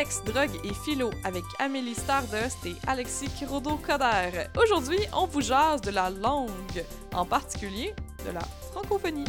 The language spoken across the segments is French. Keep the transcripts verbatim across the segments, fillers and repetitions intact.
Sexe, drogue et philo avec Amélie Stardust et Alexis Kirodo-Coder. Aujourd'hui, on vous jase de la langue, en particulier de la francophonie.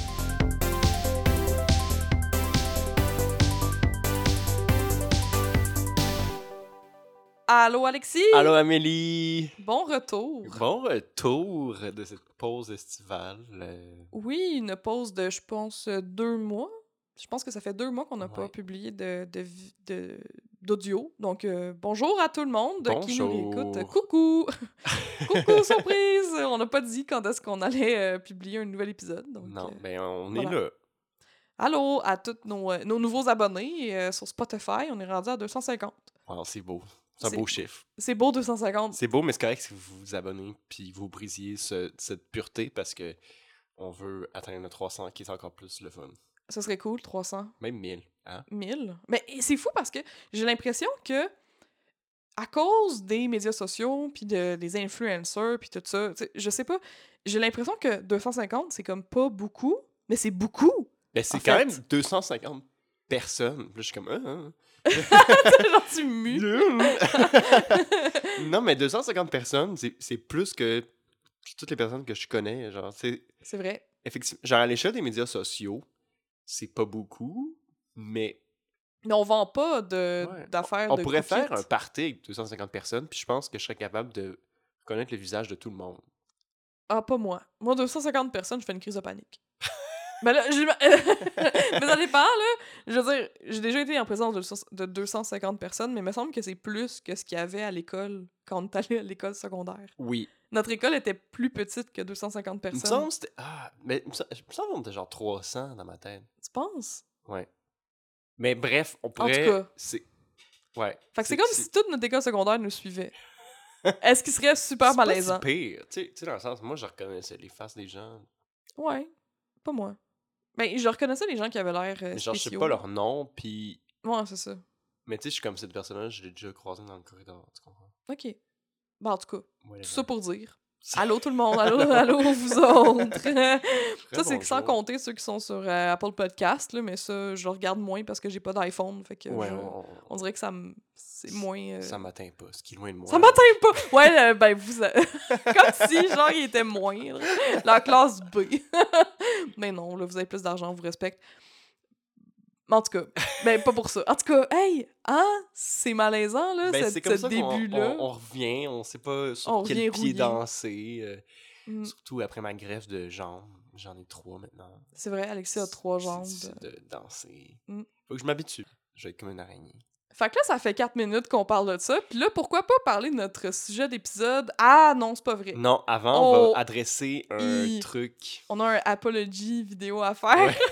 Allô Alexis! Allô Amélie! Bon retour! Bon retour de cette pause estivale. euh, Oui, une pause de, je pense, deux mois. Je pense que ça fait deux mois qu'on n'a pas Ouais. publié de, de, vi- de- d'audio. Donc, euh, bonjour à tout le monde qui nous réécoute. Bonjour! Coucou! Coucou, surprise! On n'a pas dit quand est-ce qu'on allait euh, publier un nouvel épisode. Donc, Non, euh, ben on voilà. est là. allô à tous nos, euh, nos nouveaux abonnés euh, sur Spotify. On est rendu à deux cent cinquante. Wow, c'est beau. C'est un C'est- beau chiffre. C'est beau, deux cent cinquante. C'est beau, mais c'est correct si vous vous abonnez puis vous brisiez ce- cette pureté parce que on veut atteindre le trois cents qui est encore plus le fun. Ça serait cool, trois cents. Même mille. Hein? mille. Mais c'est fou parce que j'ai l'impression que à cause des médias sociaux puis de, des influenceurs puis tout ça, tu sais, je sais pas, j'ai l'impression que deux cent cinquante c'est comme pas beaucoup, mais c'est beaucoup. Ben c'est En quand fait. même deux cent cinquante personnes. Puis là, je suis comme... Ah, ah. Genre tu mues. Non, mais deux cent cinquante personnes, c'est c'est plus que toutes les personnes que je connais. Genre, c'est... C'est vrai. Effectivement, genre à l'échelle des médias sociaux, c'est pas beaucoup, mais Mais on vend pas de Ouais. d'affaires on de pourrait faire cookies. un party avec deux cent cinquante personnes, puis je pense que je serais capable de connaître le visage de tout le monde. Ah, pas moi. Moi, deux cent cinquante personnes, je fais une crise de panique. Mais là, j'ai... mais ça dépend, là. Je veux dire, j'ai déjà été en présence de de deux cent cinquante personnes, mais il me semble que c'est plus que ce qu'il y avait à l'école quand on est allé à l'école secondaire. Oui. Notre école était plus petite que deux cent cinquante Il me personnes. semble que c'était... Ah, mais il me sem- il me semble qu'on était genre trois cents dans ma tête. Tu penses? Ouais. Mais bref, on En pourrait... tout cas. C'est... Ouais. Fait que c'est comme si toute notre école secondaire nous suivait. Est-ce qu'il serait super c'est pas malaisant? si pire. Tu sais- tu sais, dans le sens, moi, je reconnaissais les faces des gens. Ouais. Pas moi. Mais je reconnaissais les gens qui avaient l'air euh, Mais genre, je sais spéciaux. pas leur nom, puis... Ouais, c'est ça. Mais tu sais, je suis comme cette personne-là, je l'ai déjà croisée dans le corridor, tu comprends? OK. Bon, en tout cas, Whatever. tout ça pour dire. Allô tout le monde, allô, allô vous autres. Ça, c'est bonjour. sans compter ceux qui sont sur euh, Apple Podcast, là, mais ça, je le regarde moins parce que j'ai pas d'iPhone. Fait que Ouais, je- on, on dirait que ça me... c'est moins... euh, ça m'atteint pas, ce qui est loin de moi. Ça m'atteint pas! Ouais, euh, ben vous... a- Comme si, genre, il était moindre. La classe B. Mais non, là, vous avez plus d'argent, on vous respecte. Mais en tout cas, ben pas pour ça. En tout cas, hey! Hein? C'est malaisant, là, Ben, ce, c'est comme ce ça qu'on début-là. on, on revient, on sait pas sur On quel revient pied rouillé. danser. euh, Mm. Surtout après ma greffe de jambes. J'en ai trois maintenant. C'est vrai, Alexis a trois C'est jambes. difficile de danser. Mm. Faut que je m'habitue. Je vais être comme une araignée. Fait que là, ça fait quatre minutes qu'on parle de ça. Puis là, pourquoi pas parler de notre sujet d'épisode? Ah non, c'est pas vrai. Non, avant, on Oh, va adresser un hi. truc. On a un apology vidéo à faire. Ouais.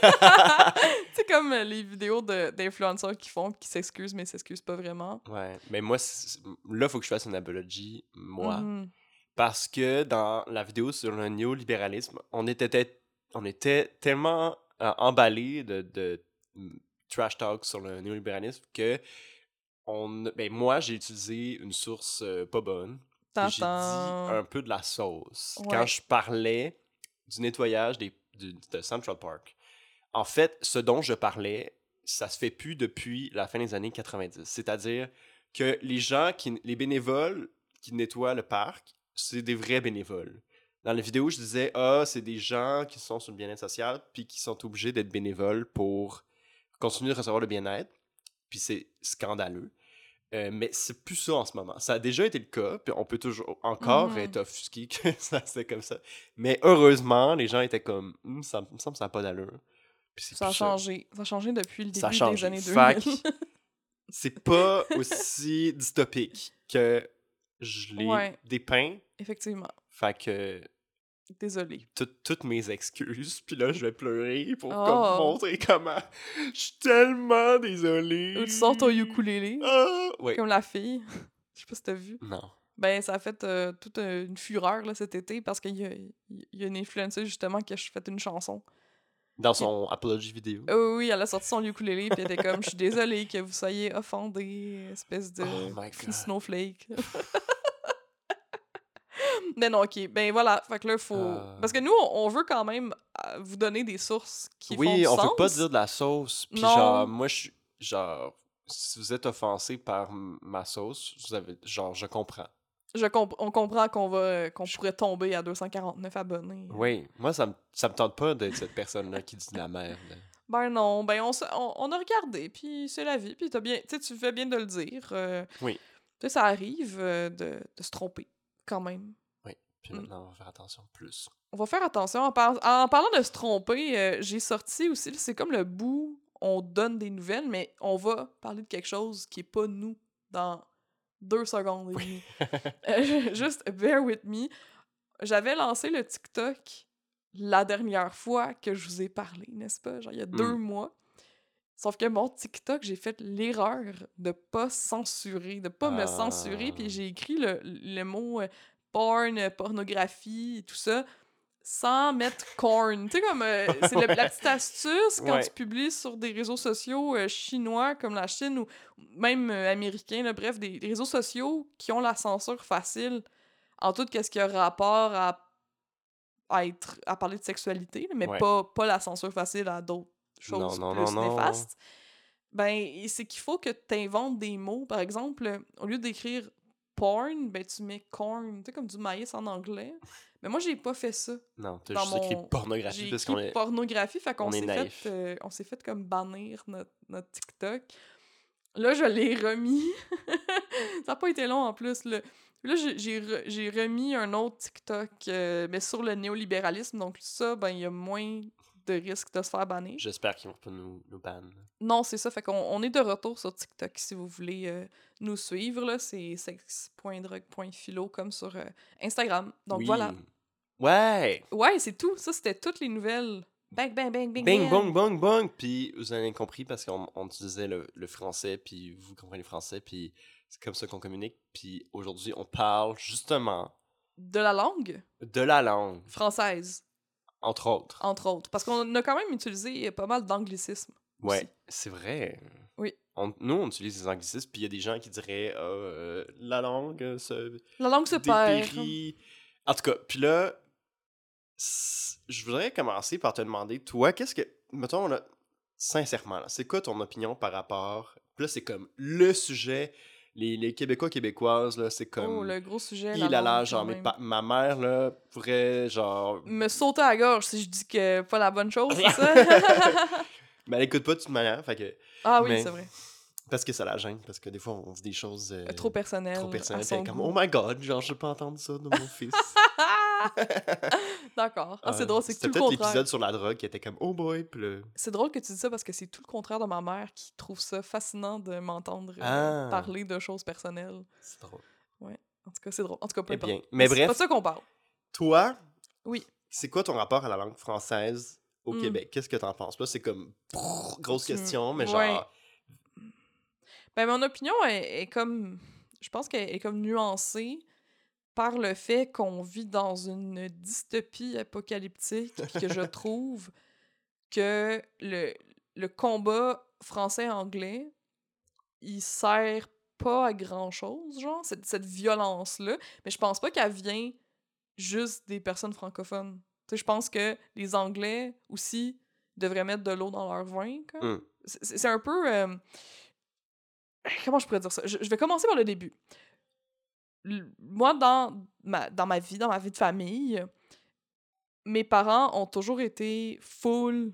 Tu sais, comme euh, les vidéos de- d'influenceurs qui font, puis qui s'excusent, mais s'excusent pas vraiment. Ouais, mais moi, c'est- là, faut que je fasse une apologie, moi. Mhm. Parce que dans la vidéo sur le néolibéralisme, on était, te- on était tellement euh, emballés de, de mm, trash talk sur le néolibéralisme que on, ben moi, j'ai utilisé une source euh, pas bonne. Puis J'ai dit Tintin. un peu de la sauce Ouais. quand je parlais du nettoyage des, du- de Central Park. En fait, ce dont je parlais, ça se fait plus depuis la fin des années quatre-vingt-dix. C'est-à-dire que les gens, qui, les bénévoles qui nettoient le parc, c'est des vrais bénévoles. Dans la vidéo, je disais, ah, c'est des gens qui sont sur le bien-être social puis qui sont obligés d'être bénévoles pour continuer de recevoir le bien-être. Puis c'est scandaleux. Euh, mais c'est plus ça en ce moment. Ça a déjà été le cas, puis on peut toujours encore Mhm. être offusqué que ça c'est comme ça. Mais heureusement, les gens étaient comme, Hum, ça me semble que ça n'a pas d'allure. Puis c'est Ça a plus changé. Ça a changé depuis le Ça a début changé. des années Fait deux mille. que c'est pas aussi dystopique que je l'ai Ouais. dépeint. Effectivement. Fait que Désolée. tout- toutes mes excuses, puis là je vais pleurer pour Oh. comme montrer comment je suis tellement désolé. Ou tu sors ton ukulélé, Ah, ouais. comme la fille. Je sais pas si t'as vu. Non. Ben, ça a fait euh, toute euh, une fureur là, cet été parce qu'il y a, il y a une influenceuse justement qui a fait une chanson. Dans son apology vidéo. Euh, oui, elle a sorti son ukulélé puis elle était comme « Je suis désolée que vous soyez offendés, espèce de Oh my fille God. snowflake. » Mais non, ok. Ben voilà, fait que là, faut... Ah. Parce que nous, on on veut quand même euh, vous donner des sources qui font Oui, du on sens. veut pas dire de la sauce. Puis Non. genre, moi, je suis genre... si vous êtes offensé par m- ma sauce, vous avez, genre, je comprends. Je comp- on comprend qu'on va qu'on pourrait tomber à deux cent quarante-neuf abonnés. euh. Oui, moi, ça me, ça me tente pas d'être cette personne-là qui dit de la merde. Ben non, ben on, se- on, on a regardé, puis c'est la vie, puis t'as bien, tu sais, tu fais bien de le dire. euh, Oui. Tu sais, ça arrive euh, de, de se tromper, quand même. Oui, puis Mm. maintenant, on va faire attention plus. On va faire attention. En, par- en parlant de se tromper, euh, j'ai sorti aussi, là, c'est comme le bout, on donne des nouvelles, mais on va parler de quelque chose qui est pas nous dans deux secondes et demie. Euh, juste, bear with me. J'avais lancé le TikTok la dernière fois que je vous ai parlé, n'est-ce pas? Genre, il y a deux Mm. mois. Sauf que mon TikTok, j'ai fait l'erreur de pas censurer, de pas me censurer, Ah. puis j'ai écrit le, le mot euh, porn, euh, pornographie, et tout ça, sans mettre corn. Tu sais, comme, euh, c'est le- la petite astuce quand Ouais. tu publies sur des réseaux sociaux euh, chinois comme la Chine ou même euh, américains, là, bref, des, des réseaux sociaux qui ont la censure facile en tout ce qui a rapport à, à, être, à parler de sexualité, là, mais Ouais. pas, pas la censure facile à d'autres Non, choses non, plus non, non. néfastes. Ben, c'est qu'il faut que tu inventes des mots. Par exemple, euh, au lieu d'écrire porn, ben tu mets corn, tu sais, comme du maïs en anglais. Mais moi, j'ai pas fait ça. Non, t'as Dans juste écrit mon... pornographie J'ai parce écrit qu'on est, pornographie, fait qu'on on est s'est fait, naïf. euh, on s'est fait comme bannir notre, notre TikTok. Là, je l'ai remis. Ça a pas été long en plus. Là, là j'ai, j'ai, re- j'ai remis un autre TikTok, euh, mais sur le néolibéralisme. Donc ça, ben, il y a moins de risques de se faire bannir. J'espère qu'ils vont pas nous, nous ban. Non, c'est ça. Fait qu'on on est de retour sur TikTok si vous voulez euh, nous suivre. Là, c'est sexe point drogue point philo comme sur euh, Instagram. Donc Oui. voilà. Ouais! Ouais, c'est tout. Ça, c'était toutes les nouvelles. Bang, bang, bang, bang, Bing, bong, bang. bong, bong! Puis vous avez compris parce qu'on on utilisait le, le français, puis vous comprenez le français, puis c'est comme ça qu'on communique. Puis aujourd'hui, on parle justement De la langue de la langue, française, entre autres. entre autres. Parce qu'on a quand même utilisé pas mal d'anglicismes. Ouais, aussi. c'est vrai. Oui. On- nous, on utilise des anglicismes, puis il y a des gens qui diraient Ah, euh, la langue euh, se La langue se perd. dépérit. En tout cas, puis là, s- je voudrais commencer par te demander, toi, qu'est-ce que. Mettons, là, sincèrement, là, c'est quoi ton opinion par rapport. Puis là, c'est comme le sujet. Les, les Québécois, Québécoises, là, c'est comme. Oh, le gros sujet, Il la là là, langue, genre, quand mes même. pa- ma mère, là, pourrait, genre. Me sauter à la gorge si je dis que pas la bonne chose, c'est ça? Mais elle écoute pas de toute manière, fait que. Ah oui, Mais- c'est vrai. Parce que ça la gêne, parce que des fois, on dit des choses. euh, Trop personnel. trop personnelles, à puis elle son est comme, goût. oh my god, genre, je peux pas entendre ça de mon fils. D'accord. Ah, c'est Euh, drôle, c'est tout C'était le peut-être contraire. l'épisode sur la drogue qui était comme, oh boy, puis là. C'est drôle que tu dis ça parce que c'est tout le contraire de ma mère qui trouve ça fascinant de m'entendre euh, Ah. parler de choses personnelles. C'est drôle. En tout cas, c'est drôle. En tout cas, peu Eh importe. bien, mais C'est bref. pas de ça qu'on parle. Toi, Oui. c'est quoi ton rapport à la langue française au Hmm. Québec? Qu'est-ce que t'en penses? Là, c'est comme, brrr, grosse Tu- question, mais ouais. genre. Ben, mon opinion est, est comme... Je pense qu'elle est comme nuancée par le fait qu'on vit dans une dystopie apocalyptique que je trouve que le, le combat français-anglais, il sert pas à grand-chose, genre, cette, cette violence-là. Mais je pense pas qu'elle vient juste des personnes francophones. Tu sais, je pense que les Anglais aussi devraient mettre de l'eau dans leur vin, quoi. Hmm. C'est c'est un peu... euh, Comment je pourrais dire ça? Je, je vais commencer par le début. L- Moi, dans ma, dans ma vie, dans ma vie de famille, mes parents ont toujours été full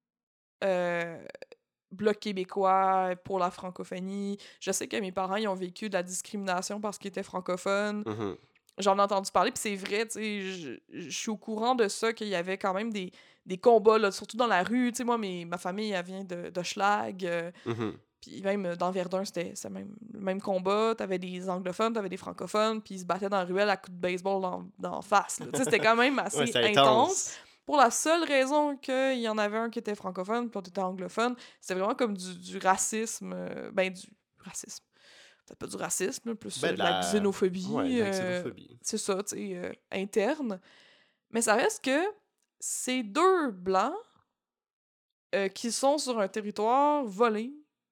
euh, bloc québécois pour la francophonie. Je sais que mes parents ils ont vécu de la discrimination parce qu'ils étaient francophones. Mhm. J'en ai entendu parler, puis c'est vrai, tu sais, je je suis au courant de ça, qu'il y avait quand même des, des combats, là, surtout dans la rue. Tu sais, moi, mes- ma famille, elle vient de, de Schlag, euh, Mhm. puis même euh, dans Verdun, c'était c'était même, le même combat. T'avais des anglophones, t'avais des francophones, puis ils se battaient dans la ruelle à coups de baseball dans, dans face. là. Tu sais, c'était quand même assez Ouais, c'est intense. intense. Pour la seule raison qu'il y en avait un qui était francophone, puis l'autre était anglophone, c'était vraiment comme du, du racisme. euh, ben, du racisme. Peut-être pas du racisme, là, plus Ben, euh, de la xénophobie. Ouais, de la euh, xénophobie. c'est ça, tu sais, euh, interne. Mais ça reste que c'est deux blancs euh, qui sont sur un territoire volé,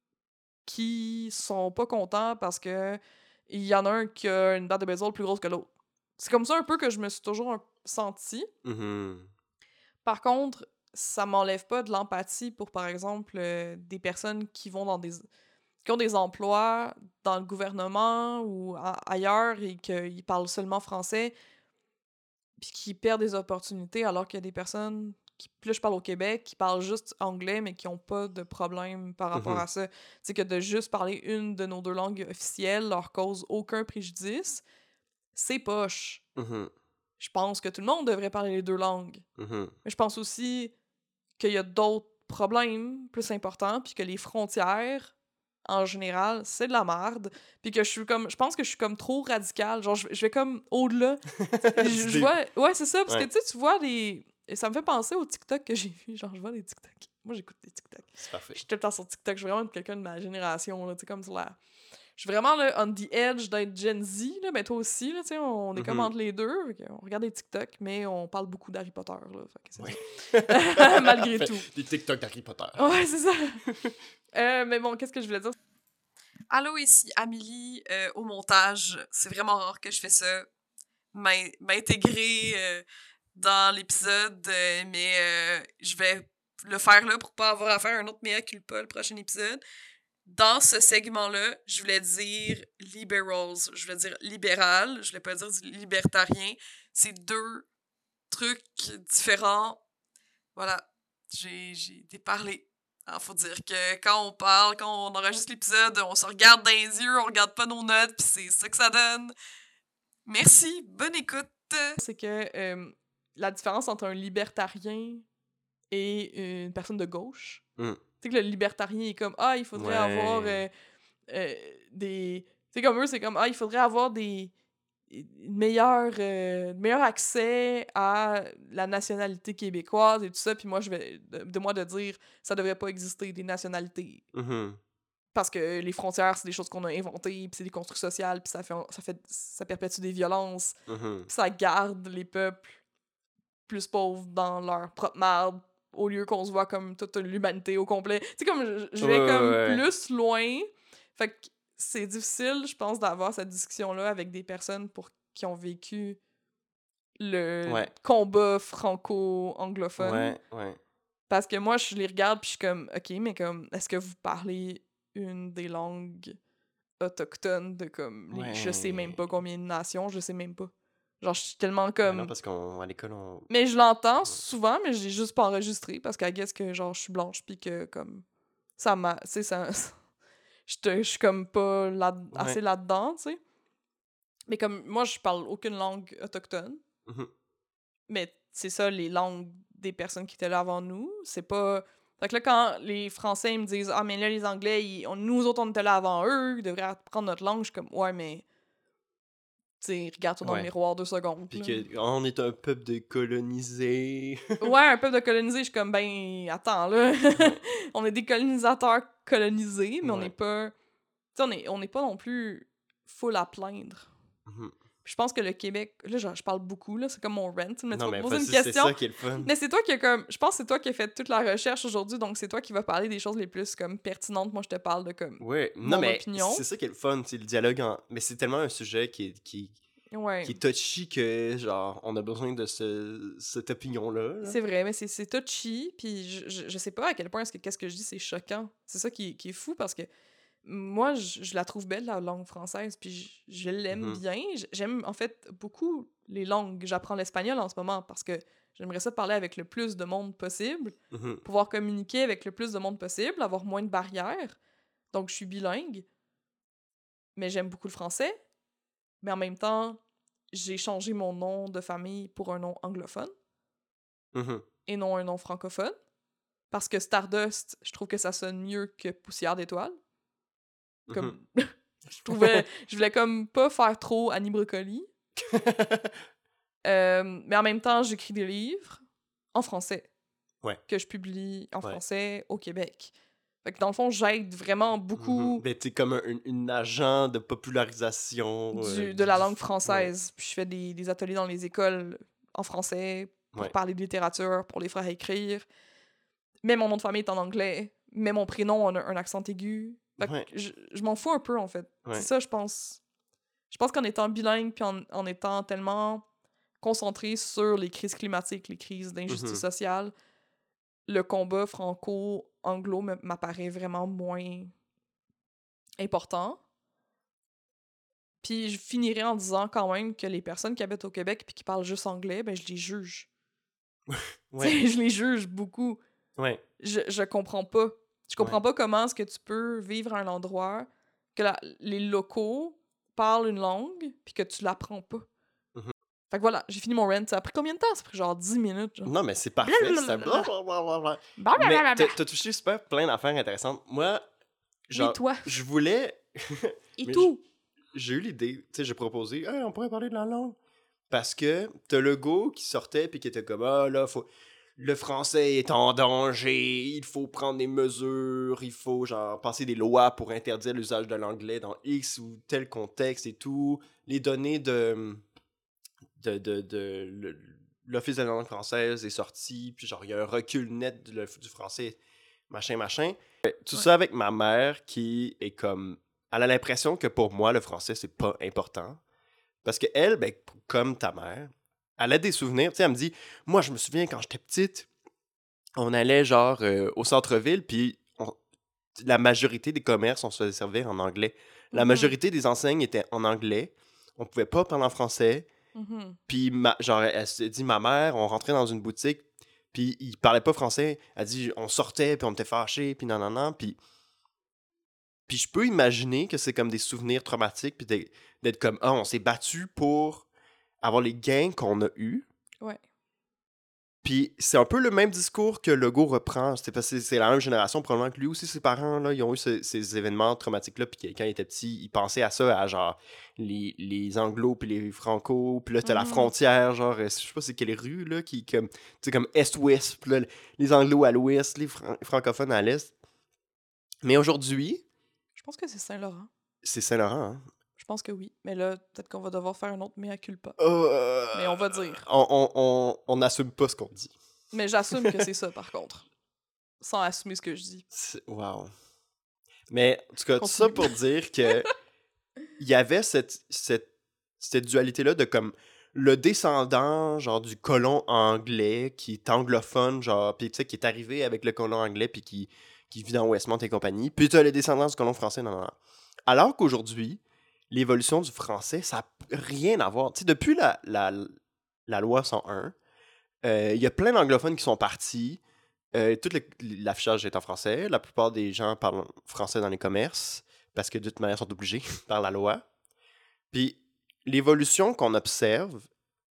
qui sont pas contents parce que il y en a un qui a une batte de baseball plus grosse que l'autre. C'est comme ça un peu que je me suis toujours un- sentie. Mhm. Par contre, ça m'enlève pas de l'empathie pour, par exemple, euh, des personnes qui vont dans des qui ont des emplois dans le gouvernement ou a- ailleurs et qu'ils parlent seulement français, puis qui perdent des opportunités alors qu'il y a des personnes, qui, puis là je parle au Québec, qui parlent juste anglais mais qui ont pas de problème par rapport Mhm. à ça. Tu sais, que de juste parler une de nos deux langues officielles leur cause aucun préjudice, c'est poche. Mhm. Je pense que tout le monde devrait parler les deux langues. Mhm. Mais je pense aussi qu'il y a d'autres problèmes plus importants, puis que les frontières, en général, c'est de la merde, puis que je suis comme... Je pense que je suis comme trop radicale, genre je, je vais comme au-delà. Je, Du je dé- vois... Ouais, c'est ça, parce que Ouais, tu sais, tu vois les... Et ça me fait penser aux TikTok que j'ai vu, genre je vois des TikTok. Moi, j'écoute des TikTok. c'est parfait. Je suis tout le temps sur TikTok, je suis vraiment quelqu'un de ma génération, là, tu sais, comme sur la... Je suis vraiment là, on the edge d'être Gen Z, là, mais toi aussi, là, tu sais, on est comme Mhm. entre les deux. Fait que on regarde des TikTok, mais on parle beaucoup d'Harry Potter, là. Fait que c'est Ouais. ça. Malgré Fait tout. des TikTok d'Harry Potter. Ouais, c'est ça. Euh, mais bon, qu'est-ce que je voulais dire? Allô, ici Amélie euh, au montage. C'est vraiment rare que je fais ça. M'in- M'intégrer euh, dans l'épisode, euh, mais euh, je vais le faire là pour pas avoir à faire un autre mea culpa le prochain épisode. Dans ce segment-là, je voulais dire liberals, je voulais dire libéral, je voulais pas dire du libertarien. C'est deux trucs différents. Voilà, j'ai j'ai déparlé. Il faut dire que quand on parle, quand on enregistre l'épisode, on se regarde dans les yeux, on regarde pas nos notes, puis c'est ça que ça donne. Merci, bonne écoute. C'est que euh, la différence entre un libertarien et une personne de gauche, Mm. tu sais que le libertarien est comme ah il faudrait avoir Ouais. euh, euh, des, tu sais comme eux c'est comme ah il faudrait avoir des une meilleure euh, meilleur accès à la nationalité québécoise et tout ça, puis moi je vais de, de moi de dire ça devrait pas exister des nationalités Mhm. parce que les frontières c'est des choses qu'on a inventées, puis c'est des constructs sociales, puis ça fait ça fait ça perpétue des violences, Mhm. puis ça garde les peuples plus pauvres dans leur propre marde au lieu qu'on se voit comme toute l'humanité au complet. Tu sais, comme je, je Ouais, vais ouais, comme ouais. plus loin. Fait que c'est difficile, je pense, d'avoir cette discussion-là avec des personnes pour qui ont vécu le Ouais. combat franco-anglophone. Ouais, ouais. Parce que moi, je les regarde puis je suis comme, OK, mais comme, est-ce que vous parlez une des langues autochtones de comme, les, je sais même Ouais. pas combien de nations, je sais même pas. Genre, je suis tellement Ben non, comme... parce qu'à l'école, on. Mais je l'entends souvent, mais je l'ai juste pas enregistré parce qu'à guess que genre je suis blanche puis que comme ça m'a, tu sais ça je te- je suis comme pas là assez Ouais. là-dedans, tu sais. Mais comme moi je parle aucune langue autochtone, Mhm. mais c'est ça les langues des personnes qui étaient là avant nous, c'est pas fait que là quand les Français ils me disent ah mais là les Anglais ils- on- nous autres on était là avant eux, ils devraient apprendre notre langue, je suis comme ouais mais tu sais regarde-toi dans le Ouais. miroir deux secondes. Puis là. que on est un peuple de colonisés. Ouais, un peuple de colonisés, je suis comme, ben, attends, là. Ouais. On est des colonisateurs colonisés, mais on n'est Ouais. pas. Tu sais, on est, on n'est pas non plus full à plaindre. Mhm. Puis je pense que le Québec. Là, je, je parle beaucoup, là, c'est comme mon rant. Mais tu Non, vas me mais poser une vas-y, c'est question. ça qui est le fun. Mais c'est toi qui a comme. Je pense que c'est toi qui as fait toute la recherche aujourd'hui, donc c'est toi qui vas parler des choses les plus comme pertinentes. Moi, je te parle de comme Ouais. Non, mon mais opinion. c'est ça qui est le fun, c'est le dialogue en. Mais c'est tellement un sujet qui est, qui, Ouais. qui est touchy que, genre, on a besoin de ce, cette opinion-là. là. C'est vrai, mais c'est c'est touchy, puis je, je, je sais pas à quel point est-ce que qu'est-ce que je dis c'est choquant. C'est ça qui, qui est fou parce que moi, je, je la trouve belle, la langue française, puis je, je l'aime Mhm. bien. J- J'aime, en fait, beaucoup les langues. J'apprends l'espagnol en ce moment parce que j'aimerais ça parler avec le plus de monde possible, Mhm. pouvoir communiquer avec le plus de monde possible, avoir moins de barrières. Donc, je suis bilingue, mais j'aime beaucoup le français. Mais en même temps, j'ai changé mon nom de famille pour un nom anglophone Mhm. et non un nom francophone. Parce que Stardust, je trouve que ça sonne mieux que Poussière d'étoiles. Mhm. Comme... je trouvais... Je voulais comme pas faire trop Annie Brocoli. Euh, mais en même temps, j'écris des livres en français. Ouais. Que je publie en Ouais. français au Québec. Fait que dans le fond, j'aide vraiment Mhm. beaucoup Ben, t'es comme un, une agent de popularisation du, euh, de la du- langue Ouais. française. Puis je fais des, des ateliers dans les écoles en français pour Ouais. parler de littérature, pour les faire écrire. Mais mon nom de famille est en anglais. Mais mon prénom a un, un accent aigu. Fait que Ouais. je, je m'en fous un peu, en fait. Ouais. C'est ça, je pense. Je pense qu'en étant bilingue, puis en, en étant tellement concentré sur les crises climatiques, les crises d'injustice Mhm. sociale, le combat franco-anglo me- m'apparaît vraiment moins important. Puis je finirais en disant quand même que les personnes qui habitent au Québec puis qui parlent juste anglais, ben je les juge. Ouais. Tu sais, je les juge beaucoup. Ouais. Je, je comprends pas. Je comprends Ouais. pas comment est-ce que tu peux vivre à un endroit que la- les locaux parlent une langue puis que tu l'apprends pas. Mhm. Fait que voilà, j'ai fini mon rant. Ça a pris combien de temps? Ça a pris genre dix minutes. Genre. Non, mais c'est parfait. C'est Blablabla. Mais t'as Blablabla. t'as touché super plein d'affaires intéressantes. Moi, Oui, genre, toi. je voulais. Et Mais tout. j'ai eu l'idée, tu sais, j'ai proposé, hey, on pourrait parler de la langue. Parce que t'as le go qui sortait puis qui était comme, ah là, faut... le français est en danger, il faut prendre des mesures, il faut genre passer des lois pour interdire l'usage de l'anglais dans X ou tel contexte et tout. Les données de. de, de, de le- l'Office de la langue française est sorti, puis genre, il y a un recul net du, du français, machin, machin. Tout Ouais. ça avec ma mère qui est comme. Elle a l'impression que pour moi, le français, c'est pas important. Parce que elle, ben, comme ta mère, elle a des souvenirs. Tu sais, elle me dit, moi, je me souviens quand j'étais petite, on allait genre euh, au centre-ville, puis on- la majorité des commerces, on se faisait servir en anglais. La Mhm. majorité des enseignes étaient en anglais. On pouvait pas parler en français. Mhm. Puis, ma, genre, elle s'est dit, ma mère, on rentrait dans une boutique, puis il parlait pas français. Elle dit, on sortait, puis on était fâchés, puis non, non, non. Puis, puis je peux imaginer que c'est comme des souvenirs traumatiques, puis d'être d'être comme, ah, on s'est battu pour avoir les gains qu'on a eus. Ouais. Puis c'est un peu le même discours que Legault reprend. C'est parce que c'est la même génération, probablement que lui aussi, ses parents, là, ils ont eu ce- ces événements traumatiques-là. Puis quand il était petit, il pensait à ça, à genre les, les anglos puis les franco. Puis là, t'as la Mhm. frontière, genre, euh, je sais pas c'est quelle rue, là, qui comme, tu sais, comme est-ouest. Puis là, les anglos à l'ouest, les fran- francophones à l'est. Mais aujourd'hui, Je pense que c'est Saint-Laurent. c'est Saint-Laurent, hein. Je pense que oui. Mais là, peut-être qu'on va devoir faire un autre mea culpa. Euh, Mais on va dire. On, on, on, on n'assume pas ce qu'on dit. Mais j'assume que c'est ça, par contre. Sans assumer ce que je dis. C'est- Wow. Mais en tout cas, tout ça Continue. pour dire que il y avait cette, cette, cette dualité-là de comme le descendant, genre, du colon anglais qui est anglophone, genre, puis tu sais, qui est arrivé avec le colon anglais, puis qui, qui vit dans Westmont et compagnie. Puis tu as le descendant du colon français, non, non, non. Alors qu'aujourd'hui, l'évolution du français, ça n'a rien à voir. Tu sais, depuis la, la, la loi cent un, euh, il y a plein d'anglophones qui sont partis. Euh, tout le- l'affichage est en français. La plupart des gens parlent français dans les commerces parce que de toute manière, ils sont obligés par la loi. Puis l'évolution qu'on observe,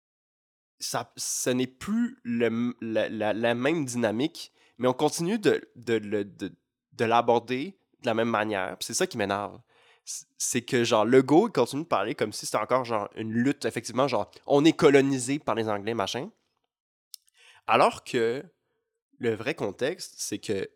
ça, ce n'est plus le- la, la- la même dynamique, mais on continue de, de, le- de, de l'aborder de la même manière. Puis c'est ça qui m'énerve. C- C'est que, genre, Legault, il continue de parler comme si c'était encore, genre, une lutte, effectivement, genre, on est colonisé par les Anglais, machin. Alors que le vrai contexte, c'est que,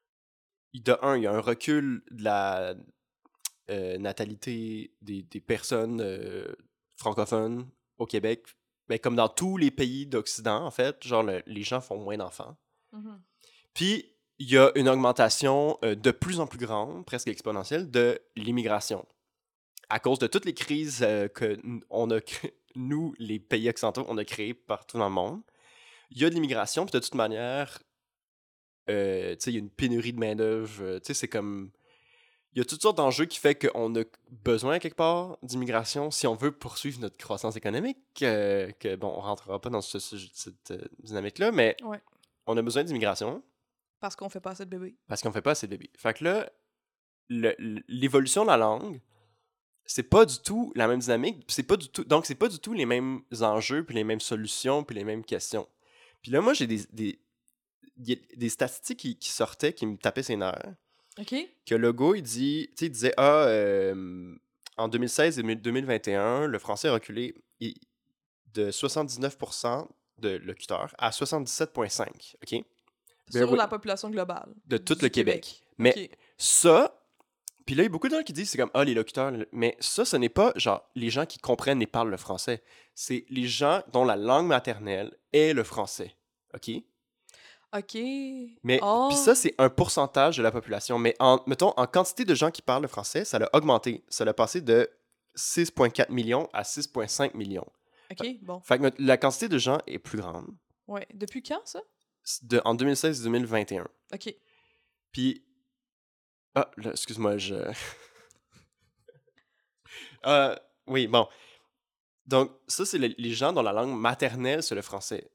de un, il y a un recul de la euh, natalité des, des personnes euh, francophones au Québec, ben, comme dans tous les pays d'Occident, en fait, genre le- les gens font moins d'enfants. Mhm. Puis, il y a une augmentation euh, de plus en plus grande, presque exponentielle, de l'immigration. À cause de toutes les crises euh, que n- on a, cré- nous, les pays occidentaux, on a créées partout dans le monde, il y a de l'immigration, puis de toute manière, euh, tu sais, il y a une pénurie de main-d'œuvre. euh, Tu sais, c'est comme. Il y a toutes sortes d'enjeux qui fait qu'on a besoin quelque part d'immigration si on veut poursuivre notre croissance économique. euh, que bon, on rentrera pas dans ce, ce- cette euh, dynamique-là, mais Ouais. on a besoin d'immigration Parce qu'on fait pas assez de bébés. parce qu'on fait pas assez de bébés. Fait que là, le- le- l'évolution de la langue, c'est pas du tout la même dynamique. C'est pas du tout, donc c'est pas du tout les mêmes enjeux, puis les mêmes solutions, puis les mêmes questions. Puis là, moi, j'ai des, des, des, des statistiques qui, qui sortaient, qui me tapaient ses nerfs. OK? Que Legault, il dit, tu sais, il disait, ah, euh, en deux mille seize et deux mille vingt et un, le français a reculé i- de soixante-dix-neuf pour cent de locuteurs à soixante-dix-sept virgule cinq, OK? Bear Sur with- la population globale. de tout du le Québec. Mais OK. ça, puis là, il y a beaucoup de gens qui disent, c'est comme, ah, les locuteurs, mais ça, ce n'est pas, genre, les gens qui comprennent et parlent le français. C'est les gens dont la langue maternelle est le français, OK? OK. Mais Oh. puis ça, c'est un pourcentage de la population. Mais en, mettons, en quantité de gens qui parlent le français, ça a augmenté. Ça a passé de six virgule quatre millions à six virgule cinq millions. OK, bon. Fait que notre- la quantité de gens est plus grande Ouais. Depuis quand, ça? de, en deux mille seize et deux mille vingt et un. OK. Puis, ah, là, excuse-moi, je... Euh, oui, bon. Donc, ça, c'est le- les gens dont la langue maternelle, c'est le français.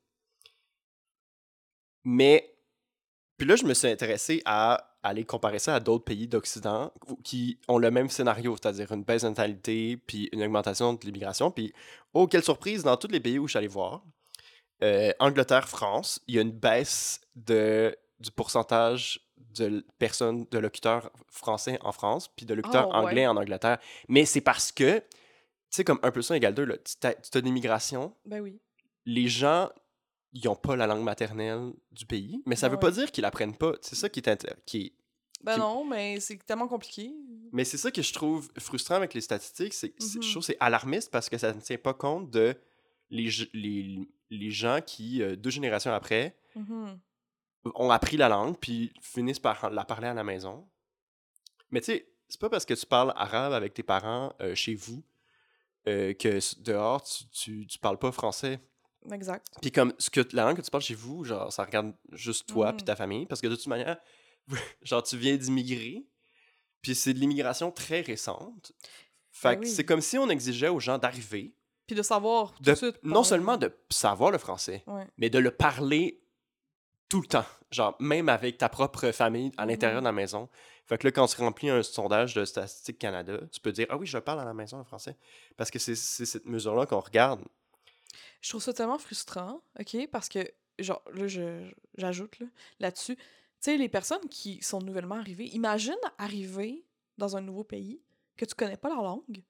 Mais, puis là, je me suis intéressé à aller comparer ça à d'autres pays d'Occident qui ont le même scénario, c'est-à-dire une baisse de natalité, puis une augmentation de l'immigration. Puis, oh, quelle surprise, dans tous les pays où je suis allé voir, euh, Angleterre, France, il y a une baisse de, du pourcentage de personnes, de locuteurs français en France, puis de locuteurs Oh, anglais ouais. en Angleterre. Mais c'est parce que, tu sais, comme un peu ça égale deux, là, tu as, tu as l'immigration, Ben oui. les gens, ils n'ont pas la langue maternelle du pays, mais ça Ben veut pas ouais. dire qu'ils l'apprennent pas. C'est ça qui est, intér- qui est- Ben qui- non, mais c'est tellement compliqué. Mais c'est ça que je trouve frustrant avec les statistiques, c'est que c'est- je Mhm. trouve que c'est alarmiste parce que ça ne tient pas compte de les, ge- les, les gens qui, euh, deux générations après, Mhm. ont appris la langue puis finissent par la parler à la maison. Mais tu sais, c'est pas parce que tu parles arabe avec tes parents euh, chez vous euh, que s- dehors tu, tu, tu parles pas français. Exact. Puis comme ce que la langue que tu parles chez vous, genre ça regarde juste toi puis Mhm. ta famille parce que de toute manière, genre tu viens d'immigrer, puis c'est de l'immigration très récente. Ben Fait que c'est oui. comme si on exigeait aux gens d'arriver, Puis de savoir tout de de suite non parler. seulement de savoir le français, Ouais. mais de le parler tout le temps. Genre, même avec ta propre famille à l'intérieur de Mhm. la maison. Fait que là, quand tu remplis un sondage de Statistique Canada, tu peux dire: ah oui, je parle à la maison en français. Parce que c'est c'est cette mesure-là qu'on regarde. Je trouve ça tellement frustrant, OK? Parce que, genre, là, je, j'ajoute là, là-dessus, tu sais, les personnes qui sont nouvellement arrivées, imagine arriver dans un nouveau pays que tu connais pas la langue.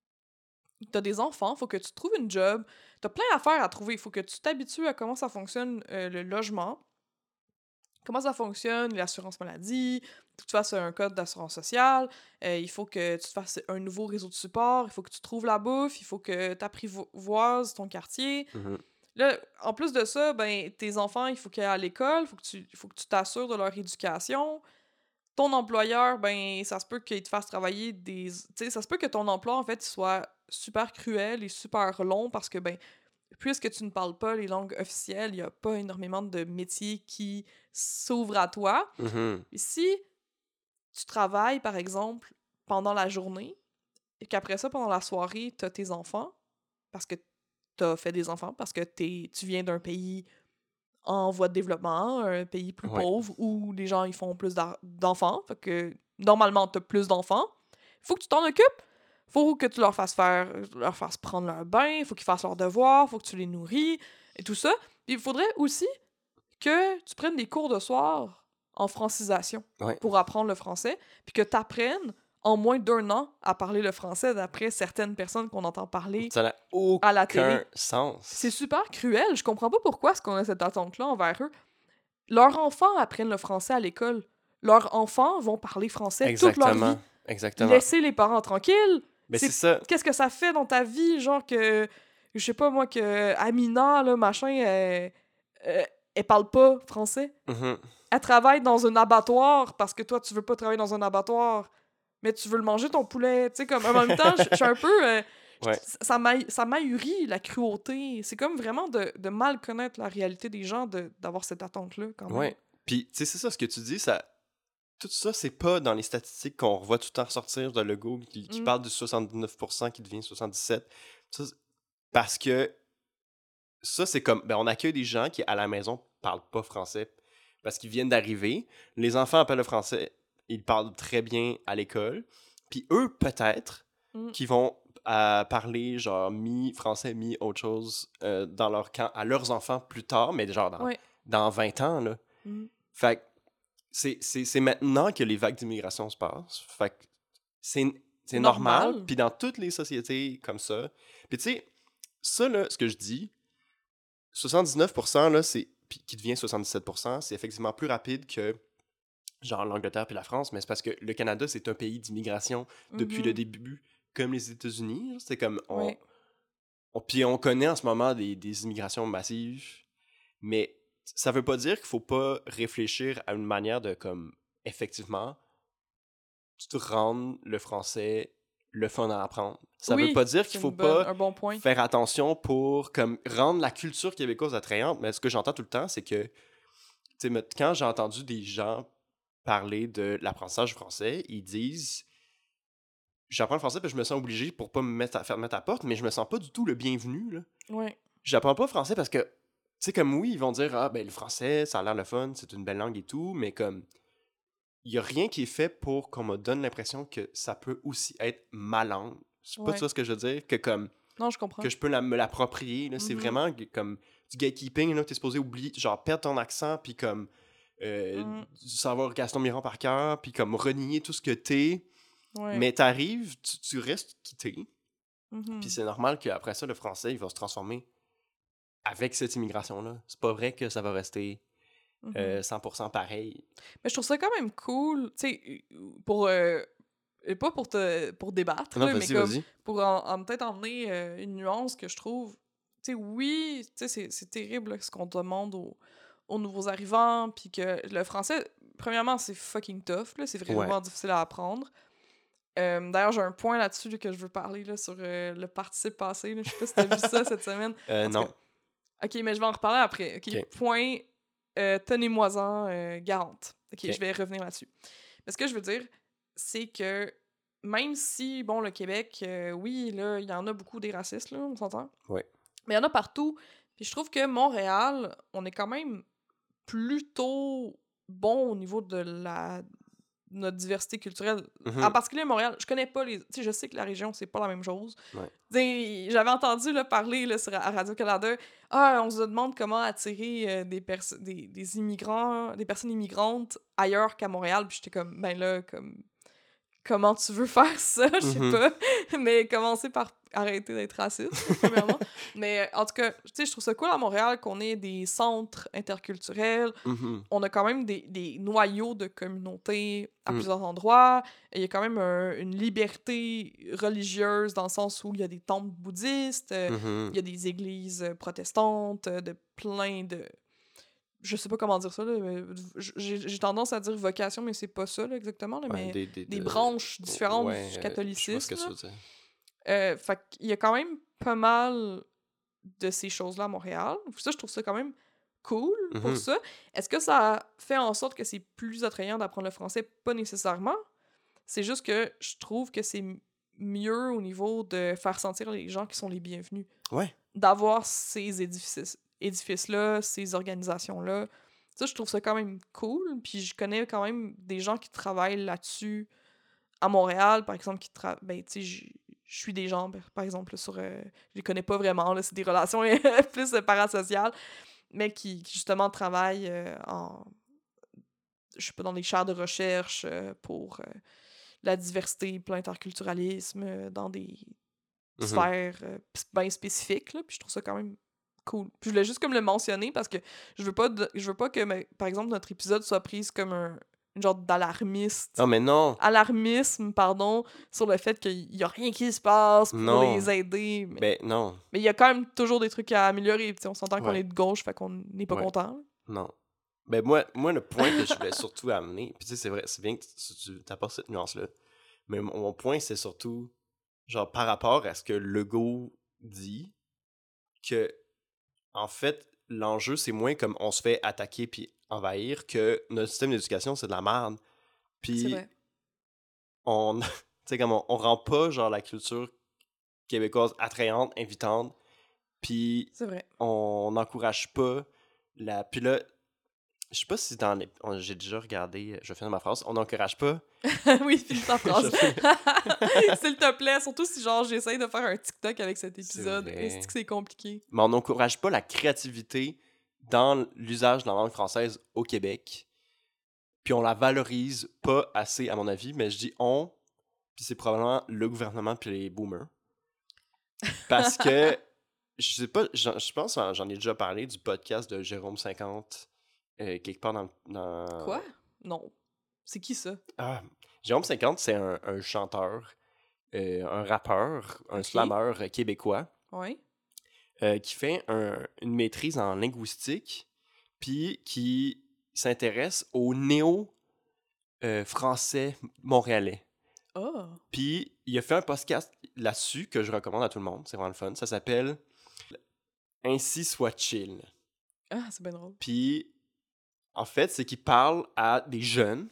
T'as des enfants, faut que tu trouves une job, t'as plein d'affaires à trouver, il faut que tu t'habitues à comment ça fonctionne euh, le logement, comment ça fonctionne l'assurance maladie, faut que tu fasses un code d'assurance sociale, euh, il faut que tu te fasses un nouveau réseau de support, il faut que tu trouves la bouffe, il faut que tu apprivoises ton quartier. Mhm. Là, en plus de ça, ben tes enfants, il faut qu'ils aillent à l'école, il faut que tu il faut que tu t'assures de leur éducation. Ton employeur, ben ça se peut qu'il te fasse travailler des tu sais, ça se peut que ton emploi en fait il soit super cruel et super long parce que ben puisque tu ne parles pas les langues officielles, il y a pas énormément de métiers qui s'ouvrent à toi. Mhm. Et si tu travailles par exemple pendant la journée et qu'après ça pendant la soirée, tu as tes enfants parce que tu as fait des enfants parce que t'es tu viens d'un pays en voie de développement, un pays plus Ouais. pauvre où les gens ils font plus d'ar- d'enfants, fait que normalement t'as plus d'enfants. Faut que tu t'en occupes. Faut que tu leur fasses faire, leur fasses prendre leur bain, faut qu'ils fassent leurs devoirs, faut que tu les nourris et tout ça. Puis il faudrait aussi que tu prennes des cours de soir en francisation Ouais. pour apprendre le français, puis que tu apprennes en moins d'un an à parler le français d'après certaines personnes qu'on entend parler Ça n'a à la aucun télé. C'est sens. super cruel. Je comprends pas pourquoi est-ce qu'on a cette attente-là envers eux. Leurs enfants apprennent le français à l'école. Leurs enfants vont parler français toute leur vie. Exactement. Exactement. Laissez les parents tranquilles. Mais c'est C'est ça. qu'est-ce que ça fait dans ta vie, genre que je sais pas moi que Amina là machin, elle, elle, elle parle pas français. Mhm. Elle travaille dans un abattoir parce que toi tu veux pas travailler dans un abattoir, mais tu veux le manger ton poulet. Tu sais comme en même temps, je je suis un peu euh, Ouais. ça m'a ça m'ahurit la cruauté. C'est comme vraiment de, de mal connaître la réalité des gens de d'avoir cette attente-là, quand même. Ouais. Puis, tu sais, c'est ça, ce que tu dis, ça. Tout ça, c'est pas dans les statistiques qu'on revoit tout le temps ressortir de Legault qui, qui Mm. parle du soixante-dix-neuf pour cent qui devient soixante-dix-sept. Ça, c'est- parce que ça, c'est comme. Ben, on accueille des gens qui, à la maison, parlent pas français parce qu'ils viennent d'arriver. Les enfants appellent le français, ils parlent très bien à l'école. Puis eux, peut-être, Mm. qui vont euh, parler genre mi-français, mi-autre chose euh, dans leur camp à leurs enfants plus tard, mais genre dans, Ouais. dans vingt ans, là. Mm. Fait que c'est c'est- c'est maintenant que les vagues d'immigration se passent. Fait que c'est c'est normal. Normal. Puis dans toutes les sociétés comme ça. Puis tu sais, ça, là, ce que je dis, soixante-dix-neuf pour cent, là, c'est, puis qui devient soixante-dix-sept pour cent, c'est effectivement plus rapide que genre l'Angleterre puis la France, mais c'est parce que le Canada, c'est un pays d'immigration depuis le Mhm. début, comme les États-Unis. là. C'est comme, on, Ouais. on- puis on connaît en ce moment des, des immigrations massives, mais ça veut pas dire qu'il faut pas réfléchir à une manière de, comme, effectivement, tu rendre le français le fun à apprendre. Ça veut Oui, pas dire c'est qu'il faut une bonne, pas un bon point. faire attention pour comme rendre la culture québécoise attrayante, mais ce que j'entends tout le temps, c'est que tu sais, me- quand j'ai entendu des gens parler de l'apprentissage français, ils disent j'apprends le français parce que je me sens obligé pour pas me mettre à, faire mettre à porte, mais je me sens pas du tout le bienvenu, là. Ouais. J'apprends pas français parce que, tu sais, comme oui, ils vont dire, ah, ben le français, ça a l'air le fun, c'est une belle langue et tout, mais comme, il y a rien qui est fait pour qu'on me donne l'impression que ça peut aussi être ma langue. C'est pas Ouais. ça ce que je veux dire, que comme, Non, je comprends. que je peux la- me l'approprier, là. C'est Mhm. vraiment g- comme du gatekeeping, là, t'es supposé oublier, genre, perdre ton accent, puis comme, euh, Mhm. savoir Gaston Miron par cœur, puis comme renier tout ce que t'es. Ouais. Mais t'arrives, tu, tu restes quitté. Mhm. Puis c'est normal qu'après ça, le français, il va se transformer avec cette immigration-là. C'est pas vrai que ça va rester Mhm. euh, cent pour cent pareil. Mais je trouve ça quand même cool, tu sais, pour... euh, et pas pour te pour débattre, Non, là, mais vas-y, comme vas-y. pour en, en peut-être emmener euh, une nuance que je trouve. Tu sais, oui, tu sais, c'est, c'est terrible là, ce qu'on demande aux, aux nouveaux arrivants, puis que le français, premièrement, c'est fucking tough, là, c'est Ouais. vraiment difficile à apprendre. Euh, d'ailleurs, j'ai un point là-dessus là, que je veux parler là, sur euh, le participe passé. Là. Je sais pas si t'as vu ça cette semaine. Euh, En tout non. cas, ok, mais je vais en reparler après. Ok, Ok. point, euh, tenez-moi-en euh, garante. Ok, Ok. je vais revenir là-dessus. Mais ce que je veux dire, c'est que même si, bon, le Québec, euh, oui, là, il y en a beaucoup des racistes, là, on s'entend. Ouais. Mais il y en a partout. Puis je trouve que Montréal, on est quand même plutôt bon au niveau de la notre diversité culturelle. En Mhm. particulier Montréal, je connais pas les... Tu sais, je sais que la région, c'est pas la même chose. Ouais. Tu sais, j'avais entendu là, parler là, sur, à Radio-Canada, « Ah, on se demande comment attirer euh, des, perso- des, des immigrants, des personnes immigrantes ailleurs qu'à Montréal. » Puis j'étais comme, ben là, comme... Comment tu veux faire ça? Je sais Mhm. pas. Mais commencer par arrêter d'être raciste, là, premièrement. Mais en tout cas, tu sais, je trouve ça cool à Montréal qu'on ait des centres interculturels. Mhm. On a quand même des, des noyaux de communautés à Mm. plusieurs endroits. Et il y a quand même un- une liberté religieuse dans le sens où il y a des temples bouddhistes, euh, Mhm. il y a des églises euh, protestantes, euh, de plein de... Je sais pas comment dire ça, là, mais j'ai j'ai tendance à dire vocation, mais c'est pas ça là, exactement, là, Ouais, mais des, des, des de- branches différentes Ouais, du euh, je vois ce que catholicisme. tu Là. veux dire. Euh, fait qu'il y a quand même pas mal de ces choses-là à Montréal. Ça, je trouve ça quand même cool pour Mhm. ça. Est-ce que ça fait en sorte que c'est plus attrayant d'apprendre le français? Pas nécessairement. C'est juste que je trouve que c'est m- mieux au niveau de faire sentir les gens qui sont les bienvenus. Ouais. D'avoir ces édifices, édifices-là, ces organisations-là. Ça, je trouve ça quand même cool. Puis je connais quand même des gens qui travaillent là-dessus à Montréal, par exemple, qui travaillent. Ben, tu sais, je je suis des gens, ben, par exemple, sur. euh, je les connais pas vraiment, là, c'est des relations plus euh, parasociales, mais qui, qui, justement travaillent euh, en. Je sais pas, dans des chaires de recherche euh, pour euh, la diversité, puis l'interculturalisme, euh, dans des Mhm. sphères euh, bien spécifiques, là, puis je trouve ça quand même cool. Puis je voulais juste comme le mentionner parce que je veux pas de- je veux pas que mais, par exemple notre épisode soit pris comme un une genre d'alarmiste Non, mais non. alarmisme pardon sur le fait qu'il y a rien qui se passe pour Non. les aider mais Ben, non. mais il y a quand même toujours des trucs à améliorer. Puis on s'entend qu'on Ouais. est de gauche fait qu'on n'est pas Ouais. content. Non. Ben, moi, moi, le point que je voulais surtout amener, puis tu sais, c'est vrai, c'est bien que tu, tu apportes cette nuance-là, mais mon, mon point, c'est surtout, genre, par rapport à ce que Legault dit, que, en fait, l'enjeu, c'est moins comme on se fait attaquer puis envahir que notre système d'éducation, c'est de la merde. C'est Puis, vrai. on, tu sais, comme on, on rend pas, genre, la culture québécoise attrayante, invitante, puis C'est vrai. on n'encourage pas la... Puis là, je sais pas si dans les... on- j'ai déjà regardé, je vais finir ma phrase, on n'encourage pas... Oui, finis ta phrase. Je finis- S'il te plaît, surtout si genre j'essaye de faire un TikTok avec cet C'est épisode. Est-ce vrai. que c'est compliqué? Mais on n'encourage pas la créativité dans l'usage de la langue française au Québec. Puis on la valorise pas assez, à mon avis, mais je dis on, puis c'est probablement le gouvernement puis les boomers. Parce que, je sais pas, j'en- je pense que j'en ai déjà parlé du podcast de Jérôme cinquante, euh, quelque part dans... dans... Quoi? Non. C'est qui ça? Ah, Jérôme cinquante, c'est un, un chanteur, euh, un rappeur, un Ok. slameur euh, québécois Ouais. euh, qui fait un- une maîtrise en linguistique, puis qui s'intéresse au néo-français montréalais. Oh. Puis il a fait un podcast là-dessus que je recommande à tout le monde, c'est vraiment le fun. Ça s'appelle Ainsi soit chill. Ah, c'est bien drôle. Puis en fait, c'est qu'il parle à des jeunes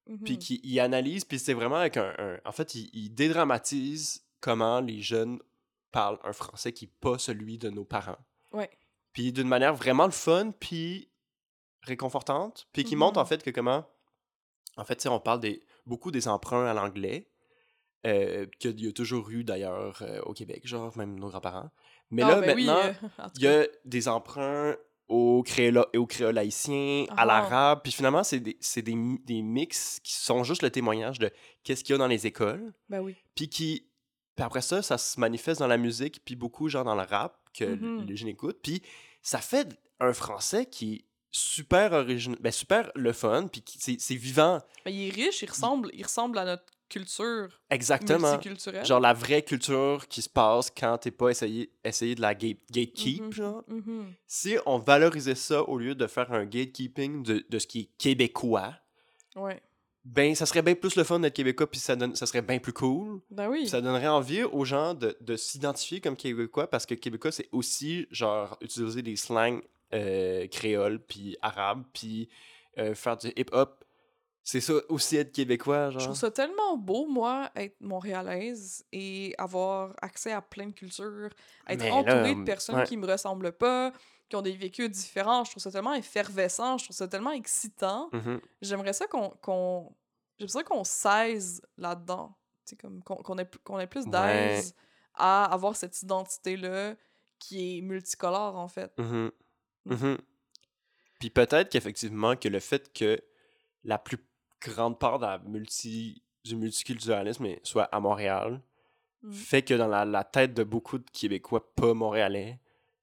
puis Mhm. qui il analyse, puis c'est vraiment avec un... un- en fait, il, il dédramatise comment les jeunes parlent un français qui n'est pas celui de nos parents. Ouais. Puis d'une manière vraiment le fun, puis réconfortante, puis qui montre en Mhm. fait que comment... En fait, tu sais, on parle des, beaucoup des emprunts à l'anglais, euh, qu'il y a toujours eu d'ailleurs euh, au Québec, genre même nos grands-parents. Mais Ah, là, ben oui, maintenant, euh, en tout il y cas. a des emprunts au créole, au créole haïtien, à Ah, l'arabe, puis finalement, c'est des, c'est des, mi- des mix qui sont juste le témoignage de qu'est-ce qu'il y a dans les écoles, ben oui. puis qui... Puis après ça, ça se manifeste dans la musique, puis beaucoup, genre, dans le rap, que l- Mhm. les jeunes écoutent, puis ça fait un français qui est super original, ben super le fun, puis qui- c'est c'est vivant. Ben, il est riche, il ressemble, il ressemble à notre culture Exactement. multiculturelle. Genre la vraie culture qui se passe quand t'es pas essayé, essayé de la gate, gatekeep, Mhm. genre. Mhm. Si on valorisait ça au lieu de faire un gatekeeping de, de ce qui est québécois, Ouais. ben ça serait bien plus le fun d'être québécois, puis ça, donne, ça serait bien plus cool. Ben Puis oui. ça donnerait envie aux gens de, de s'identifier comme québécois, parce que québécois, c'est aussi, genre, utiliser des slangs euh, créoles, puis arabes, puis euh, faire du hip-hop. C'est ça aussi être québécois, Je trouve genre. ça tellement beau, moi, être montréalaise et avoir accès à plein de cultures, être Mais là, entourée de hum, personnes ouais. qui me ressemblent pas, qui ont des vécus différents. Je trouve ça tellement effervescent, je trouve ça tellement excitant. Mhm. J'aimerais ça qu'on qu'on j'aimerais ça qu'on saize là-dedans. Tu sais, comme qu'on qu'on ait, p- qu'on ait plus Ouais. d'aise à avoir cette identité-là qui est multicolore, en fait. Mhm. Mm. Mhm. Puis peut-être qu'effectivement, que le fait que la plus grande part de la multi, du multiculturalisme est- soit à Montréal Mm. fait que dans la, la tête de beaucoup de Québécois pas montréalais,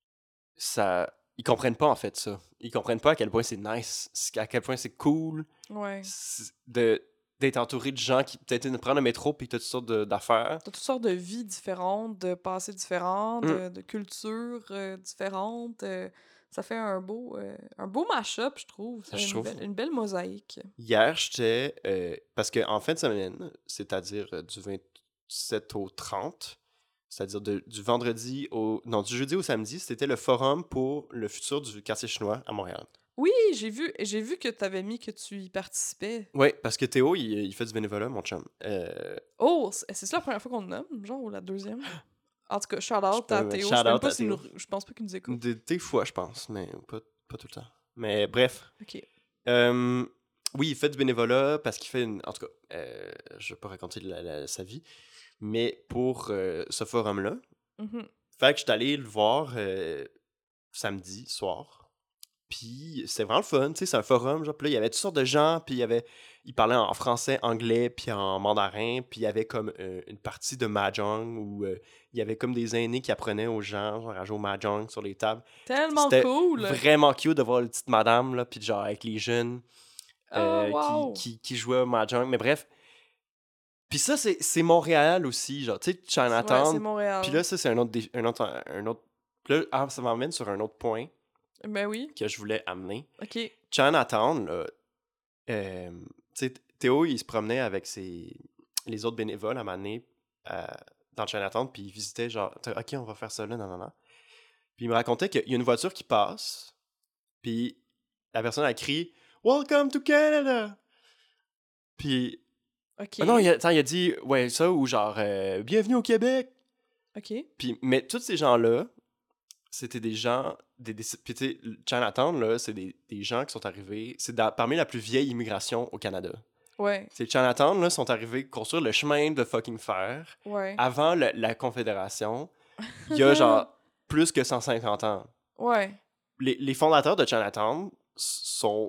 ça, ils comprennent pas en fait ça. Ils comprennent pas à quel point c'est nice, à quel point c'est cool Ouais. c'est- de d'être entouré de gens qui peut-être de prendre le métro puis t'as toutes sortes de- d'affaires. T'as toutes sortes de vies différentes, de passés différents, Hum, de, de cultures euh, différentes. euh, ça fait un beau, euh, un beau mash-up, je trouve. je Une, trouve. belle, une belle mosaïque. Hier, j'étais. euh, parce qu'en fin de semaine, c'est-à-dire euh, du vingt-sept au trente, c'est-à-dire de- du vendredi au. Non, du jeudi au samedi, c'était le forum pour le futur du quartier chinois à Montréal. Oui, j'ai vu, j'ai vu que t'avais mis que tu y participais. Oui, parce que Théo, il, il fait du bénévolat, mon chum. Euh, Oh, c'est c'est ça la première fois qu'on le nomme, genre, ou la deuxième? En tout cas, je shout-out à peux. Théo. Je sais Shout même out pas à s'il nous... Théo. Je pense pas qu'il nous écoute. Des, des fois, je pense, mais pas, pas tout le temps. Mais bref. Ok. Euh, oui, il fait du bénévolat parce qu'il fait une. En tout cas, euh, je vais pas raconter la- la- sa vie, mais pour euh, ce forum-là, Mhm. fait que j'étais allé le voir euh, samedi soir. Puis c'est vraiment le fun, tu sais, c'est un forum, genre, puis là, il y avait toutes sortes de gens, puis il y avait, ils parlaient en français, anglais, puis en mandarin, puis il y avait comme euh, une partie de Mahjong où euh, il y avait comme des aînés qui apprenaient aux gens, genre, à jouer au Mahjong sur les tables. Tellement C'était cool! vraiment cute de voir les petites madames, là, puis genre, avec les jeunes Oh, euh, qui, wow! qui, qui jouaient au Mahjong, mais bref. Puis ça, c'est c'est Montréal aussi, genre, tu sais, Ouais, c'est Chinatown, puis Montréal. là, ça, c'est un autre, dé- un autre, un autre, puis là, ah, ça m'emmène sur un autre point Ben oui. que je voulais amener. Ok. Chinatown, là, euh, tu sais, Théo, il se promenait avec ses, les autres bénévoles à un moment donné, euh, dans Chinatown, puis il visitait genre, T'as- ok, on va faire ça là, non, non, non. Puis il me racontait qu'il y a une voiture qui passe, puis la personne a crié Welcome to Canada! Puis, Ok. ah non, il a, attends, il a dit, ouais, ça, ou genre, euh, Bienvenue au Québec! Ok. Puis, mais tous ces gens-là, c'était des gens. Des, des, puis, tu sais, Chinatown, là, c'est des, des gens qui sont arrivés. C'est dans- parmi la plus vieille immigration au Canada. Ouais. C'est Chinatown, là, sont arrivés construire le chemin de fucking fer Ouais. avant le- la Confédération, il y a genre plus que cent cinquante ans. Ouais. Les, les fondateurs de Chinatown s- sont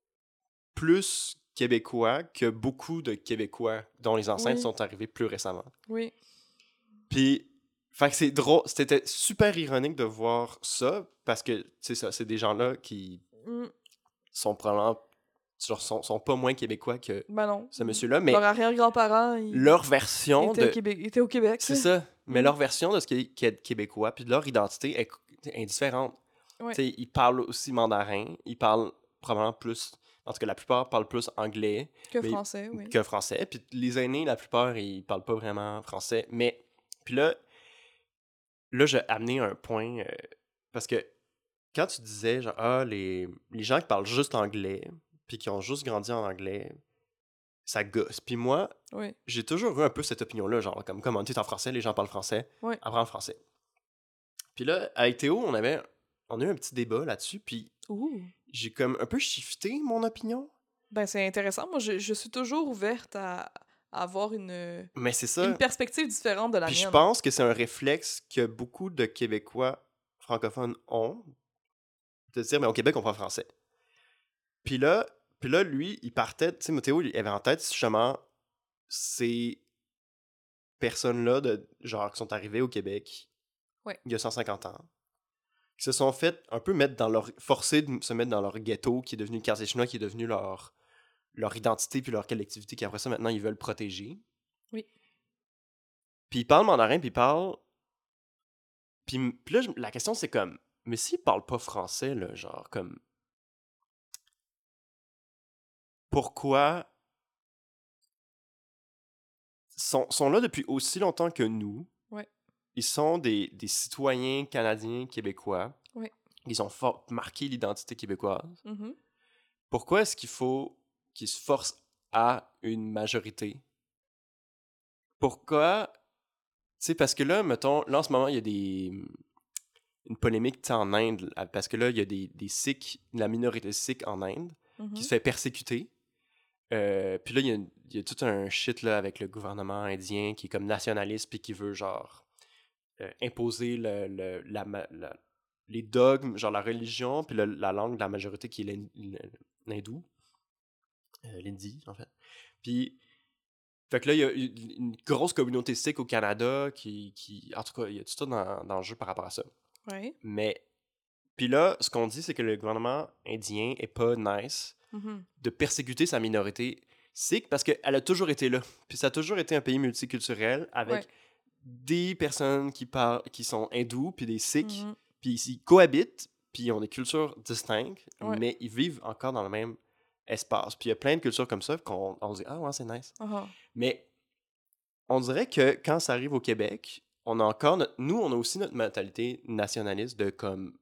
plus québécois que beaucoup de Québécois dont les ancêtres Oui. sont arrivés plus récemment. Oui. Puis, fait que c'est drôle, c'était super ironique de voir ça, parce que, tu sais, ça, c'est des gens-là qui Mm. sont probablement, genre, sont, sont pas moins québécois que Ben non. ce monsieur-là, mais Leurs arrière-grands-parents, ils leur version étaient au de... Québec. Ils étaient au Québec. C'est ça, mais Mm. leur version de ce qui est, qui est québécois, puis de leur identité est, est différente. Ouais. Tu sais, ils parlent aussi mandarin, ils parlent probablement plus... En tout cas, la plupart parlent plus anglais Que mais, français, oui. que français. Puis les aînés, la plupart, ils parlent pas vraiment français. Mais, puis là, là, j'ai amené un point, euh, parce que quand tu disais, genre, ah, les, les gens qui parlent juste anglais, puis qui ont juste grandi en anglais, ça gosse. Puis moi, Oui. j'ai toujours eu un peu cette opinion-là, genre, comme, comme on est en français, les gens parlent français, Oui. apprends le français. Puis là, avec Théo, on avait, on a eu un petit débat là-dessus, puis Ouh. j'ai comme un peu shifté mon opinion. Ben, c'est intéressant. Moi, je, je suis toujours ouverte à, à avoir une, Mais c'est une ça. perspective différente de la Puis je mienne. pense que c'est un réflexe que beaucoup de Québécois francophones ont, de se dire, mais au Québec, on parle français. Puis là, puis là, lui, il partait, tu sais, Théo, il avait en tête, justement, ces personnes-là, de, genre, qui sont arrivées au Québec Ouais. il y a cent cinquante ans, qui se sont fait un peu mettre dans leur... forcés de se mettre dans leur ghetto, qui est devenu le quartier chinois, qui est devenu leur, leur identité puis leur collectivité, qui après ça, maintenant, ils veulent protéger. Oui. Puis ils parlent mandarin, puis ils parlent... Puis, puis là, je- la question, c'est comme... Mais s'ils parlent pas français, là, genre, comme... Pourquoi... Sont, sont là depuis aussi longtemps que nous. Ouais. Ils sont des, des citoyens canadiens, québécois. Ouais. Ils ont fort marqué l'identité québécoise. Mhm. Pourquoi est-ce qu'il faut qu'ils se forcent à une majorité? Pourquoi? Tu sais, parce que là, mettons, là, en ce moment, il y a des... une polémique, tu sais, en Inde, là, parce que là, il y a des, des Sikhs, la minorité sikh en Inde, Mhm. qui se fait persécuter. Euh, puis là, il y, a, il y a tout un shit, là, avec le gouvernement indien qui est comme nationaliste, puis qui veut, genre, euh, imposer le, le- la, ma- la- les dogmes, genre la religion, puis le- la langue de la majorité qui est l'hin- l'hindou. Euh, l'hindi, en fait. Puis, fait que là, il y a une une grosse communauté sikh au Canada qui, qui... En tout cas, il y a tout ça dans, dans le jeu par rapport à ça. Ouais. Mais, puis là, ce qu'on dit, c'est que le gouvernement indien est pas nice Mhm. de persécuter sa minorité sikh parce qu'elle a toujours été là. Puis ça a toujours été un pays multiculturel avec Ouais. des personnes qui parlent, qui sont hindous, puis des sikhs, Mhm. puis ils cohabitent, puis ils ont des cultures distinctes, Ouais. mais ils vivent encore dans le même espace. Puis il y a plein de cultures comme ça qu'on on se dit « Ah ouais, c'est nice. Uh-huh. » Mais on dirait que quand ça arrive au Québec, on a encore notre- nous, on a aussi notre mentalité nationaliste de comme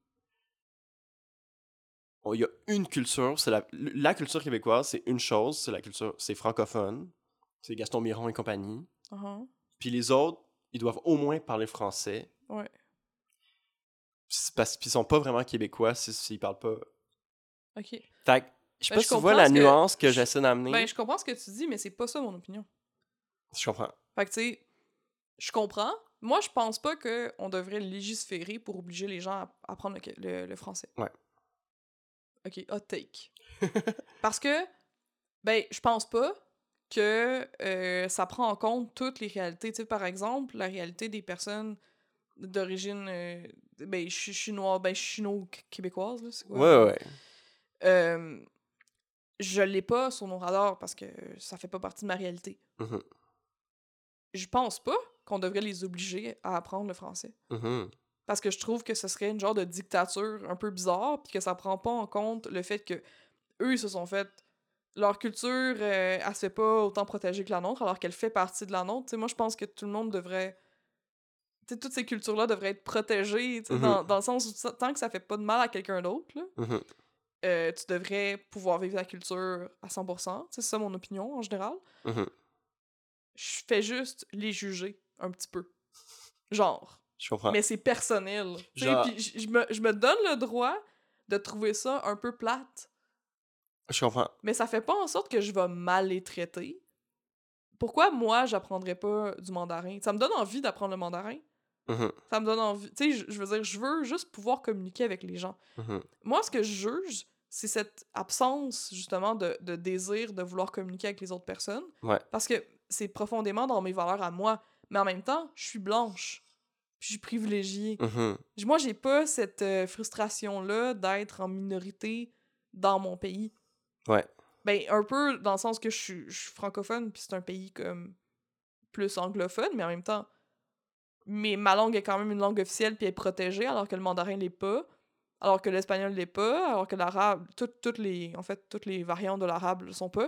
oh, il y a une culture, c'est la, la culture québécoise, c'est une chose, c'est la culture, c'est francophone, c'est Gaston Miron et compagnie. Uh-huh. Puis les autres, ils doivent au moins parler français. Ouais. C'est parce qu'ils sont pas vraiment québécois si- s'ils parlent pas. OK. Fait que, je sais Ben, pas je si tu vois comprends la ce que... nuance que je- j'essaie d'amener. Ben, je comprends ce que tu dis, mais c'est pas ça mon opinion. Je comprends. Fait que, tu sais, je comprends. Moi, je pense pas qu'on devrait légiférer pour obliger les gens à apprendre le, le, le français. Ouais. OK, hot take. Parce que, ben, je pense pas que euh, ça prend en compte toutes les réalités. Tu sais, par exemple, la réalité des personnes d'origine, euh, ben, chi- chinois, ben, chino-québécoise, là, c'est quoi? Ouais, ouais, ouais. Euh, je l'ai pas sur mon radar parce que ça fait pas partie de ma réalité. Mhm, Je pense pas qu'on devrait les obliger à apprendre le français. mhm, Parce que je trouve que ce serait une genre de dictature un peu bizarre, puis que ça prend pas en compte le fait que eux, ils se sont fait... Leur culture, euh, elle se fait pas autant protéger que la nôtre, alors qu'elle fait partie de la nôtre. T'sais, moi, je pense que tout le monde devrait... T'sais, toutes ces cultures-là devraient être protégées, t'sais, mhm, dans, dans le sens où ça- tant que ça fait pas de mal à quelqu'un d'autre, là, mhm, euh, tu devrais pouvoir vivre la culture à cent pour cent. T'sais, c'est ça mon opinion, en général. mhm. Je fais juste les juger un petit peu. Genre. Je comprends. Mais c'est personnel. Tu sais, Genre- puis je je me, je me donne le droit de trouver ça un peu plate. Je comprends. Mais ça fait pas en sorte que je vais mal les traiter. Pourquoi moi, j'apprendrais pas du mandarin? Ça me donne envie d'apprendre le mandarin. Mhm, Ça me donne envie... Tu sais, je- je veux dire, je veux juste pouvoir communiquer avec les gens. mhm. Moi, ce que je juge, c'est cette absence, justement, de, de désir de vouloir communiquer avec les autres personnes. Ouais. Parce que c'est profondément dans mes valeurs à moi. Mais en même temps, je suis blanche. Puis je suis privilégiée. Mhm. Moi, j'ai pas cette euh, frustration-là d'être en minorité dans mon pays. Ouais. Ben, un peu dans le sens que je suis, je suis francophone, puis c'est un pays comme plus anglophone, mais en même temps, mais ma langue est quand même une langue officielle puis elle est protégée, alors que le mandarin l'est pas, alors que l'espagnol l'est pas, alors que l'arabe, toutes toutes les, en fait, toutes les variantes de l'arabe le sont pas.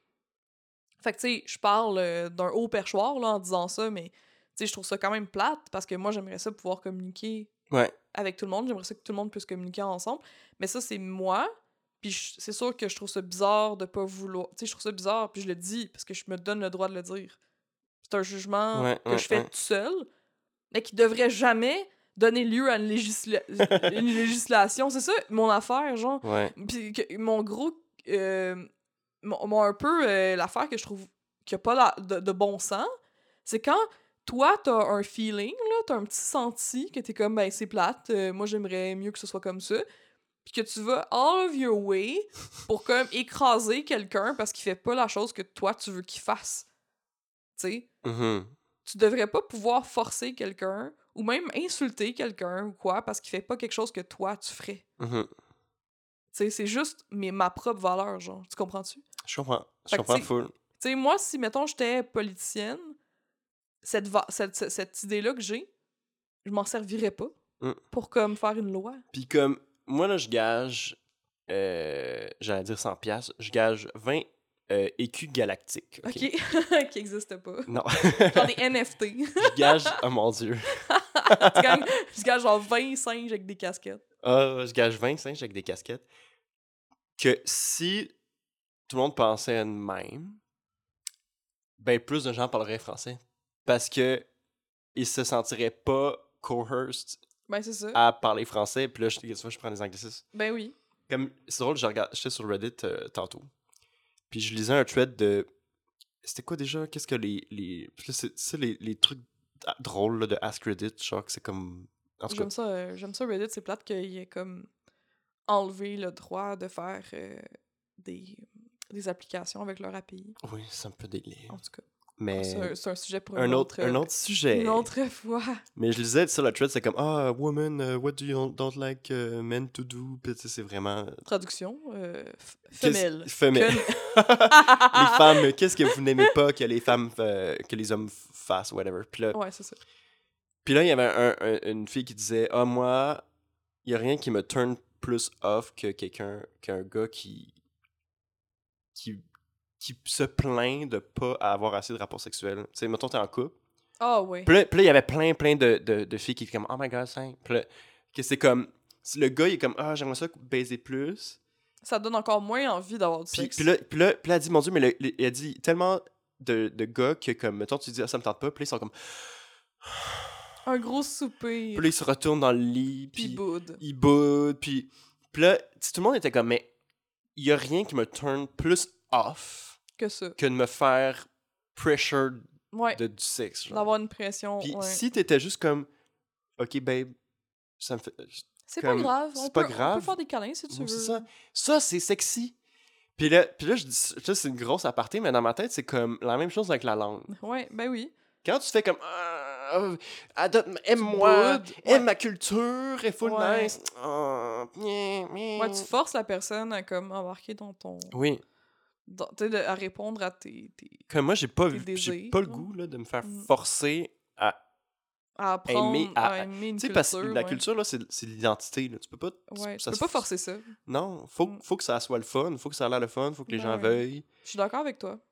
Fait que, tu sais, je parle euh, d'un haut perchoir, là, en disant ça, mais, tu sais, je trouve ça quand même plate, parce que moi, j'aimerais ça pouvoir communiquer Ouais. avec tout le monde, j'aimerais ça que tout le monde puisse communiquer ensemble, mais ça, c'est moi, Puis je- c'est sûr que je trouve ça bizarre de pas vouloir... Tu sais, je trouve ça bizarre, puis je le dis, parce que je me donne le droit de le dire. C'est un jugement Ouais, que ouais, je fais ouais. tout seul, mais qui devrait jamais donner lieu à une, législa- une législation. C'est ça, mon affaire, genre. Ouais. Puis que- mon gros... euh, mon, mon un peu, euh, l'affaire que je trouve qui a pas la- de, de bon sens, c'est quand toi, t'as un feeling, là, t'as un petit senti que t'es comme, ben, c'est plate, euh, moi, j'aimerais mieux que ce soit comme ça, puis que tu vas all of your way pour comme écraser quelqu'un parce qu'il fait pas la chose que toi, tu veux qu'il fasse. Tu sais? Mhm. Tu devrais pas pouvoir forcer quelqu'un ou même insulter quelqu'un ou quoi parce qu'il fait pas quelque chose que toi, tu ferais. Mhm. Tu sais, c'est juste mais ma propre valeur, genre. Tu comprends-tu? Je comprends. Je Fait que, comprends tu sais, full. tu sais, moi, si, mettons, j'étais politicienne, cette, va- cette, cette, cette idée-là que j'ai, je m'en servirais pas Mm. pour, comme, faire une loi. Puis comme, moi, là, je gage, euh, j'allais dire cent piastres, je gage vingt euh, écus galactiques. OK? OK? Qui existe pas. Non. Genre des N F T. Je gage, oh mon Dieu. tu gagnes, tu gagnes genre vingt singes avec des casquettes. Ah, je gage vingt singes avec des casquettes. Que si tout le monde pensait de même, ben plus de gens parleraient français. Parce que ils se sentiraient pas coerced Ben, c'est ça. à parler français. Puis là, je, tu vois, je prends des anglicismes. Ben oui. Comme, c'est drôle, je regarde, j'étais sur Reddit euh, tantôt. Puis je lisais un thread de. C'était quoi déjà? Qu'est-ce que les. les... Puis là, c'est c'est les, les trucs ah, drôles là, de Ask Reddit, genre que c'est comme. En tout cas. J'aime ça, euh, j'aime ça Reddit, c'est plate qu'il ait comme enlevé le droit de faire euh, des, des applications avec leur A P I. Oui, c'est un peu délire. En tout cas, Mais. c'est un, c'est un sujet pour un une autre, autre, un autre sujet. une autre fois. Mais je lisais sur le thread, c'est comme ah, woman, uh, what do you don't like uh, men to do? Puis tu sais, c'est vraiment. Traduction, euh, f- Qu'est-ce- femelle. Femelle. Que- Les femmes, qu'est-ce que vous n'aimez pas que les femmes, euh, que les hommes f- fassent, whatever. Puis là, Ouais, c'est ça. puis là, il y avait un- un- une fille qui disait ah, moi, il y a rien qui me turn plus off que quelqu'un, qu'un gars qui. qui qui se plaint de pas avoir assez de rapports sexuels. Tu sais, mettons, t'es en couple. Ah ouais. Puis là, puis là, il y avait plein, plein de, de, de filles qui étaient comme oh my god, c'est. Puis là, que c'est comme. Si le gars, il est comme ah, j'aimerais ça baiser plus. Ça donne encore moins envie d'avoir du Puis, sexe. puis là, puis là, puis là, elle dit, mon Dieu, mais le- le- elle a dit tellement de, de gars que, comme, mettons, tu dis, ah, ça me tente pas, puis là, ils sont comme. Un gros soupir. Puis là, ils se retournent dans le lit, Puis puis boud. ils boudent, puis. Puis là, tu sais, tout le monde était comme, mais il y a rien qui me turn plus off Que ça. que de me faire pressure Ouais. de, du sexe. genre. D'avoir une pression. Puis ouais. si t'étais juste comme, ok, babe, ça me fait. C'est comme, pas grave. c'est On pas peut, on grave. peut faire des câlins si tu Ouais, veux. c'est ça. Ça, c'est sexy. Puis là, puis là, je dis, là, c'est une grosse aparté, mais dans ma tête, c'est comme la même chose avec la langue. Ouais, ben oui. Quand tu fais comme ah, adopte- aime-moi, boudes, aime ouais. ma culture, est full Ouais. nice. Ah, mien, mien. Ouais, tu forces la personne à comme embarquer dans ton. Oui, dans- tu sais, de- à répondre à tes. tes comme moi j'ai pas Tes vu- j'ai désirs, pas le là. goût là, de me faire Mm. forcer à à apprendre aimer à, à aimer une tu sais culture. parce que la ouais. culture là c'est c'est l'identité là, tu peux pas Ouais, tu ça peux se- pas forcer ça. Non, faut Mm. faut que ça soit le fun, faut que ça a l'air le fun, faut que les Ben gens ouais. veuillent. Je suis d'accord avec toi.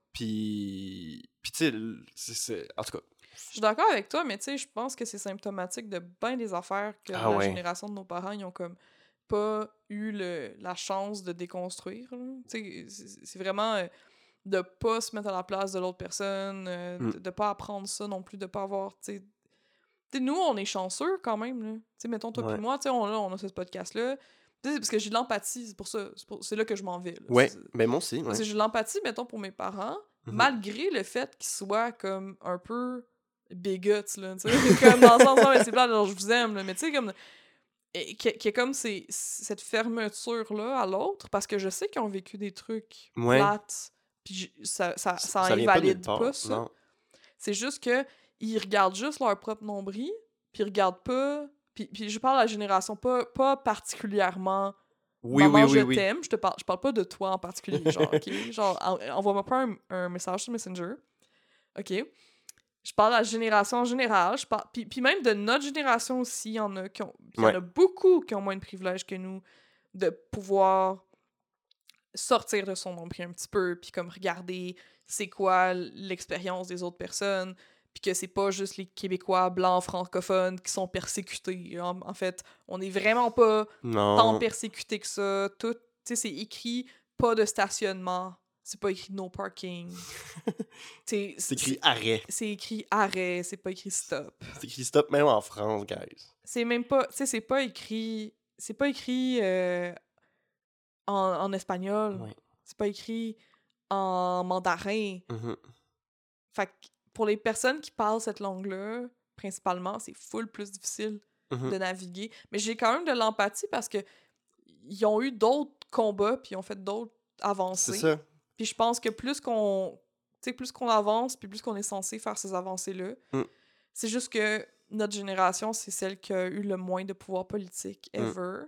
Puis puis tu sais l- c'est- c'est en tout cas. Je suis d'accord avec toi, mais tu sais, je pense que c'est symptomatique de bien des affaires que Ah la ouais. génération de nos parents, ils ont comme pas eu le, la chance de déconstruire. là. Tu sais, c'est c'est vraiment euh, de pas se mettre à la place de l'autre personne, euh, Mm. de, de pas apprendre ça non plus, de pas avoir, tu sais... Tu sais, nous, on est chanceux quand même, là. Tu sais, mettons, toi Ouais. puis moi, tu sais, on, là, on a ce podcast-là. Tu sais, parce que j'ai de l'empathie, c'est pour ça, c'est pour- c'est là que je m'en vais. là. Ouais, C'est- ben moi aussi, ouais. Parce que j'ai de l'empathie, mettons, pour mes parents, Mhm. malgré le fait qu'ils soient comme un peu bigots, là, tu sais, comme dans le sens, ah, mais c'est plat, alors je vous aime, là, mais tu sais, comme, et qui qui est comme ces- cette fermeture-là à l'autre, parce que je sais qu'ils ont vécu des trucs Ouais. plates, puis j- ça, ça, ça, Ça vient pas de nulle invalide pas, part, ça. non. C'est juste que ils regardent juste leur propre nombril, puis ils regardent pas... Puis, puis je parle à la génération, pas, pas particulièrement... Oui, Maman, oui, oui, je oui. t'aime, je te parle, je parle pas de toi en particulier, genre, ok? Genre, en- envoie-moi pas un, un message sur Messenger, ok? Je parle à la génération en général, je parle... Puis, puis même de notre génération aussi, il y en a qui ont... puis il y en Ouais. a beaucoup qui ont moins de privilèges que nous de pouvoir sortir de son nombril un petit peu, puis comme regarder c'est quoi l'expérience des autres personnes, puis que c'est pas juste les Québécois blancs francophones qui sont persécutés. En, en fait, on est vraiment pas tant Non. persécutés que ça. Tout, Tu sais, c'est écrit pas de stationnement. C'est pas écrit no parking. c'est C'est écrit arrêt. C'est écrit arrêt, c'est pas écrit stop. C'est écrit stop même en France, guys. C'est même pas... Tu sais, c'est pas écrit... C'est pas écrit euh, en, en espagnol. Ouais. C'est pas écrit en mandarin. Mm-hmm. Fait que pour les personnes qui parlent cette langue-là, principalement, c'est full plus difficile Mm-hmm. de naviguer. Mais j'ai quand même de l'empathie parce que ils ont eu d'autres combats puis ils ont fait d'autres avancées. C'est ça. Puis je pense que plus qu'on tu sais, plus qu'on avance puis plus qu'on est censé faire ces avancées-là, mm. c'est juste que notre génération, c'est celle qui a eu le moins de pouvoir politique ever mm.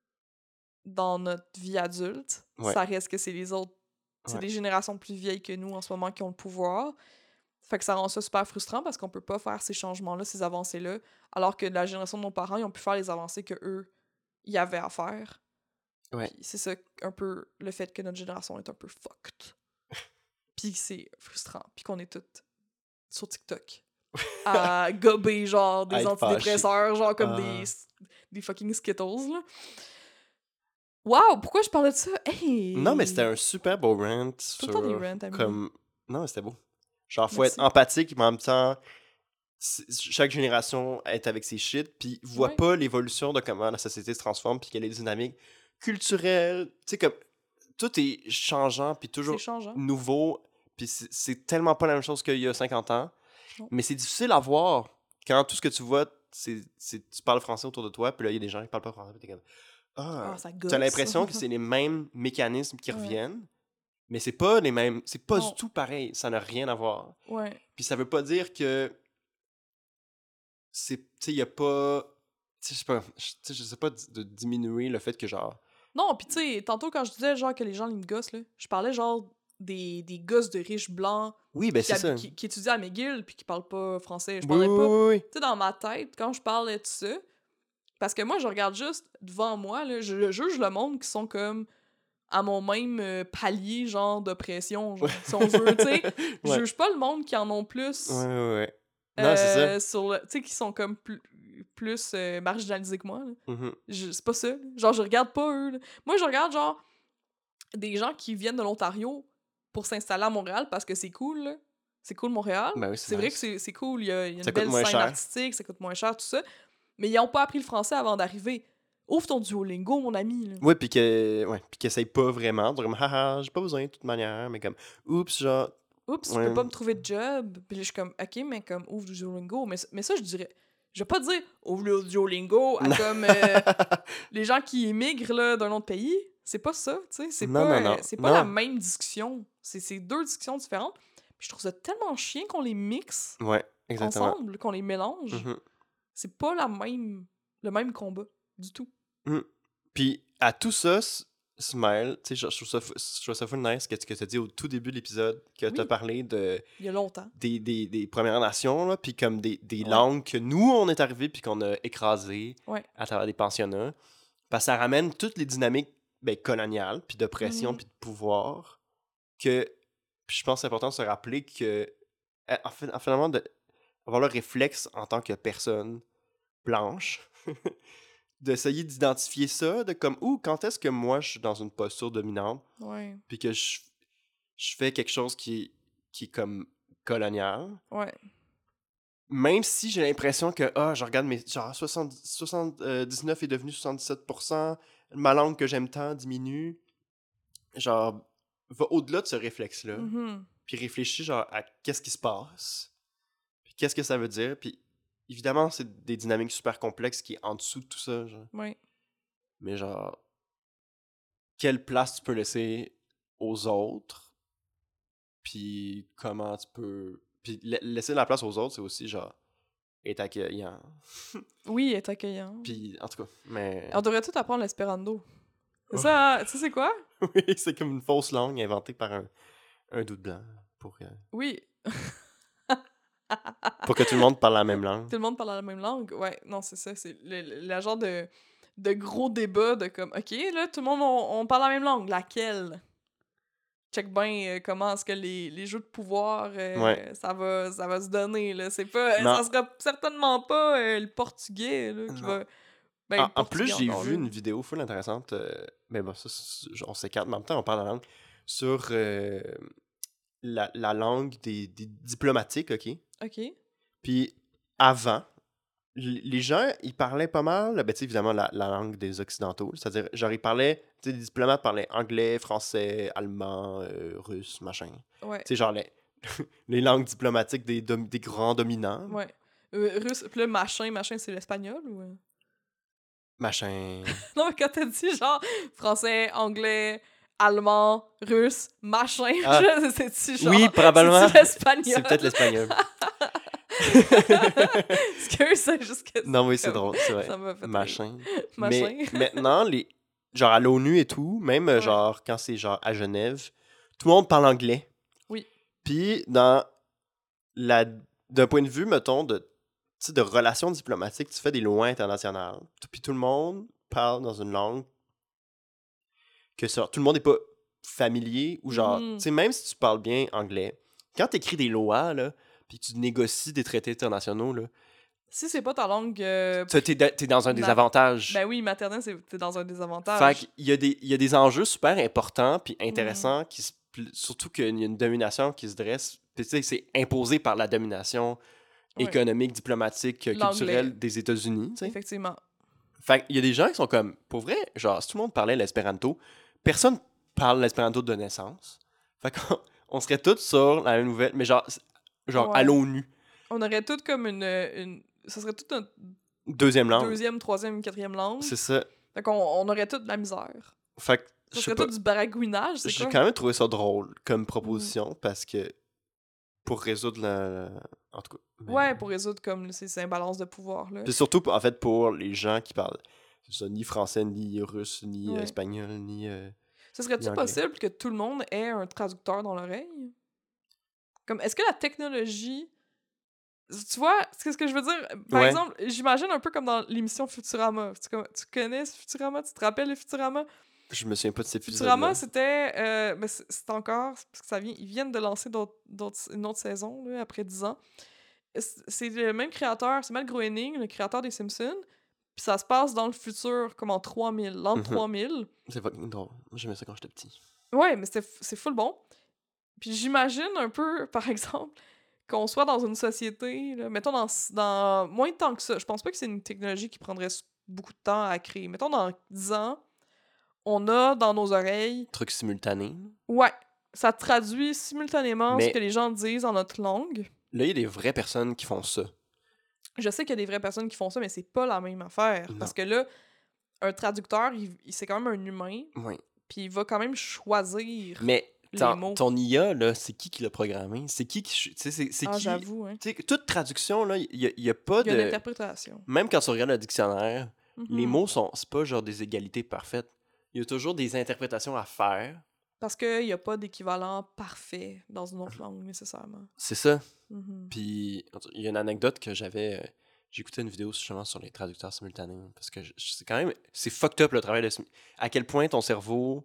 dans notre vie adulte. Ouais. Ça reste que c'est les autres, c'est ouais. des générations plus vieilles que nous en ce moment qui ont le pouvoir. Fait que ça rend ça super frustrant parce qu'on peut pas faire ces changements-là, ces avancées-là, alors que la génération de nos parents, ils ont pu faire les avancées que eux y avaient à faire. Ouais. Puis c'est ça, un peu, le fait que notre génération est un peu fucked. Puis c'est frustrant. Puis qu'on est toutes sur TikTok à gober, genre, des antidépresseurs, genre, comme uh... des, des fucking Skittles, là. Wow, pourquoi je parlais de ça? Hey! Non, mais c'était un super beau rant Tout sur... des rants, comme... Non, mais c'était beau. Genre, faut Merci. être empathique, mais en même temps, chaque génération est avec ses shit, puis voit ouais. pas l'évolution de comment la société se transforme, puis quelle est les dynamiques culturelles. Tu sais, comme, tout est changeant, puis toujours changeant. nouveau, puis c'est tellement pas la même chose qu'il y a cinquante ans. Non. Mais c'est difficile à voir quand tout ce que tu vois, c'est tu parles français autour de toi, puis là, il y a des gens qui parlent pas français, puis t'es comme... Ah, oh, ça gosse. T'as l'impression que c'est les mêmes mécanismes qui ouais. reviennent, mais c'est pas les mêmes, c'est pas non. du tout pareil, ça n'a rien à voir. Ouais. Puis ça veut pas dire que c'est, tu sais, y a pas, tu sais, je sais pas, je, je sais pas de diminuer le fait que genre... Non, puis tu sais, tantôt quand je disais genre que les gens ils me gossent, là, je parlais genre des, des gosses de riches blancs oui, ben qui, c'est ça. Qui, qui étudient à McGill puis qui parlent pas français. Je oui, parlais oui, pas... Oui, oui. Tu sais, dans ma tête, quand je parlais de ça, parce que moi, je regarde juste devant moi, là, je juge le monde qui sont comme à mon même euh, palier, genre, d'oppression, genre, si on veut, tu sais. Je ouais. juge pas le monde qui en ont plus... Ouais, ouais, ouais. Non, euh, c'est ça. Sur le... Tu sais, qui sont comme plus, plus euh, marginalisés que moi, là. Mm-hmm. Je... C'est pas ça, là. Genre, je regarde pas eux, là. Moi, je regarde, genre, des gens qui viennent de l'Ontario pour s'installer à Montréal parce que c'est cool, là. C'est cool, Montréal. Ben oui, c'est nice. vrai que c'est cool, il y a, il y a ça une belle scène cher. artistique, ça coûte moins cher, tout ça. Mais ils ont pas appris le français avant d'arriver. Ouvre ton Duolingo, mon ami. Là. Oui, puis que, ouais, puis qu'ils essayent pas vraiment. Comme, haha, j'ai pas besoin de toute manière, mais comme, oups, genre. Oups, ouais. je peux pas me trouver de job. Puis là, je suis comme, ok, mais comme, ouvre du Duolingo. Mais, mais ça, je dirais, je vais pas dire, ouvre le Duolingo à comme euh, les gens qui émigrent là, d'un autre pays. C'est pas ça, tu sais. C'est non, pas, non, non. Euh, c'est pas non. la même discussion. C'est deux discussions différentes. Puis je trouve ça tellement chien qu'on les mixe ouais, exactement. ensemble, qu'on les mélange. Mm-hmm. C'est pas la même, le même combat du tout. Mm. Puis à tout ça, Smile, tu sais, je, je trouve ça, je trouve ça full nice que, que tu as dit au tout début de l'épisode, que oui. tu as parlé de... Il y a longtemps. Des, des, des Premières Nations, là, puis comme des, des ouais. langues que nous, on est arrivés puis qu'on a écrasées ouais. à travers des pensionnats. Parce que ça ramène toutes les dynamiques ben, coloniales, puis d'oppression, mm-hmm. puis de pouvoir, que... Puis je pense que c'est important de se rappeler que, en fait, en finalement, de, avoir le réflexe en tant que personne blanche, d'essayer d'identifier ça, de comme, ouh, quand est-ce que moi, je suis dans une posture dominante, ouais. puis que je, je fais quelque chose qui est, qui est comme colonial. Ouais. Même si j'ai l'impression que, ah, je regarde mes, genre, soixante, soixante-dix-neuf est devenu soixante-dix-sept pour cent, ma langue que j'aime tant diminue, genre... va au-delà de ce réflexe-là, mm-hmm. puis réfléchis genre à qu'est-ce qui se passe, puis qu'est-ce que ça veut dire, puis évidemment, c'est des dynamiques super complexes qui est en dessous de tout ça, genre. Oui. Mais genre, quelle place tu peux laisser aux autres, puis comment tu peux... Puis la- laisser la place aux autres, c'est aussi genre être accueillant. Oui, être accueillant. Puis, en tout cas, mais... On devrait tout apprendre l'espérando. C'est ça, tu sais c'est quoi? Oui, c'est comme une fausse langue inventée par un, un doute blanc. Pour, euh... Oui. pour que tout le monde parle la même langue. Tout le monde parle la même langue, ouais. Non, c'est ça. C'est le, le, le genre de, de gros débat de comme, OK, là, tout le monde, on, on parle la même langue. Laquelle? Check bien euh, comment est-ce que les, les jeux de pouvoir, euh, ouais. ça, va, ça va se donner, là. C'est pas... Non. Ça sera certainement pas euh, le portugais, là, qui non. va... Ben, En, en plus, portugais j'ai encore, vu là. une vidéo full intéressante, euh, mais bon, ça, c'est- on s'écarte, mais en même temps, on parle la langue, sur euh, la, la langue des, des diplomatiques, OK? OK. Puis avant, l- les gens, ils parlaient pas mal, ben, tu sais, évidemment, la, la langue des Occidentaux, c'est-à-dire, genre, ils parlaient, tu sais, les diplomates parlaient anglais, français, allemand, euh, russe, machin. Ouais, Tu sais, genre, les, les langues diplomatiques des, dom- des grands dominants, ouais. Euh, russe, puis là, machin, machin, c'est l'espagnol ou... euh? machin. Non, mais quand t'as dit genre français, anglais, allemand, russe, machin, Ah, je- c'est-tu genre. oui, probablement, C'est-tu l'espagnol? c'est peut-être l'espagnol. Excuse, c'est juste que. Non, oui, c'est c'est comme- drôle, c'est vrai. Ça m'a fait rire. Machin. Machin. Mais maintenant, les... genre à l'ONU et tout, même euh, Ouais. genre quand c'est genre à Genève, tout le monde parle anglais. Oui. Puis dans la d'un point de vue, mettons, de, tu sais, de relations diplomatiques, tu fais des lois internationales. Puis tout le monde parle dans une langue que ça, tout le monde n'est pas familier ou genre, Mhm. tu sais, même si tu parles bien anglais, quand tu écris des lois, là, puis tu négocies des traités internationaux, là, Si c'est pas ta langue. euh, tu t'es, da- t'es dans un Ma- désavantage. Ben oui, maternelle, c'est t'es dans un Fait désavantage. qu'il y a des, il y a des enjeux super importants puis Mhm. intéressants, qui se pl- surtout qu'il y a une domination qui se dresse. Puis tu sais, c'est imposé par la domination Ouais. économique, diplomatique, euh, L'anglais. culturelle des États-Unis. tu sais. Effectivement. Fait qu'il y a des gens qui sont comme, pour vrai, genre, si tout le monde parlait l'espéranto, personne parle l'espéranto de naissance. Fait qu'on on serait tous sur la même nouvelle, mais genre, c- genre à Ouais. l'ONU, On aurait tout comme une. une... Ça serait toute notre deuxième langue. deuxième, troisième, quatrième langue. C'est ça. Fait qu'on on aurait toute de la misère. Fait que, Ça je sais serait pas, tout du baragouinage, c'est j'ai quoi? quand même trouvé ça drôle comme proposition parce que pour résoudre la. En tout cas. mais- Ouais, pour résoudre comme ces, ces imbalances de pouvoir, là. Puis surtout, en fait, pour les gens qui parlent c'est ça, ni français, ni russe, ni euh, Ouais. espagnol, ni. euh, Ce serait-tu ni anglais. possible que tout le monde ait un traducteur dans l'oreille? Comme, est-ce que la technologie... Tu vois, c'est ce que je veux dire? Par Ouais. exemple, j'imagine un peu comme dans l'émission Futurama. Tu, co- tu connais ce Futurama? Tu te rappelles le Futurama? Je me souviens pas de ces Futurama, épisodes-là. c'était... euh, ben, c'est c'est encore... Parce que ça vient, ils viennent de lancer d'autres, d'autres- une autre saison, là, après dix ans. C'est c'est le même créateur, c'est Matt Groening, le créateur des Simpsons. Puis ça se passe dans le futur, comme en trois mille, l'an Mhm. trois mille. C'est fucking drôle. J'aimais ça quand j'étais petit. Ouais, mais c'est c'est full bon. Puis j'imagine un peu, par exemple, qu'on soit dans une société, là, mettons dans, dans moins de temps que ça. Je pense pas que c'est une technologie qui prendrait s- beaucoup de temps à créer. Mettons dans dix ans, on a dans nos oreilles, Truc simultané. ouais, ça traduit simultanément ce Mais- que les gens disent en notre langue. Là, il y a des vraies personnes qui font ça. Je sais qu'il y a des vraies personnes qui font ça, mais c'est pas la même affaire. Non. Parce que là, un traducteur, il, il- c'est quand même un humain, Oui. puis il va quand même choisir Mais les ton, mots. ton I A, là, c'est qui qui l'a programmé? C'est qui qui. Tu sais, c'est c'est Ah, qui. j'avoue, hein. Tu sais, toute traduction, là, il n'y a, y a pas Il y a une de. interprétation. Même quand tu regardes le dictionnaire, les Mhm. mots sont. C'est pas genre des égalités parfaites. Il y a toujours des interprétations à faire. Parce qu'il n'y a pas d'équivalent parfait dans une autre langue, nécessairement. C'est ça. Mhm. Puis, il y a une anecdote que j'avais. euh, J'écoutais une vidéo justement sur les traducteurs simultanés. Parce que je- je- c'est quand même. C'est fucked up le travail de. sim- À quel point ton cerveau.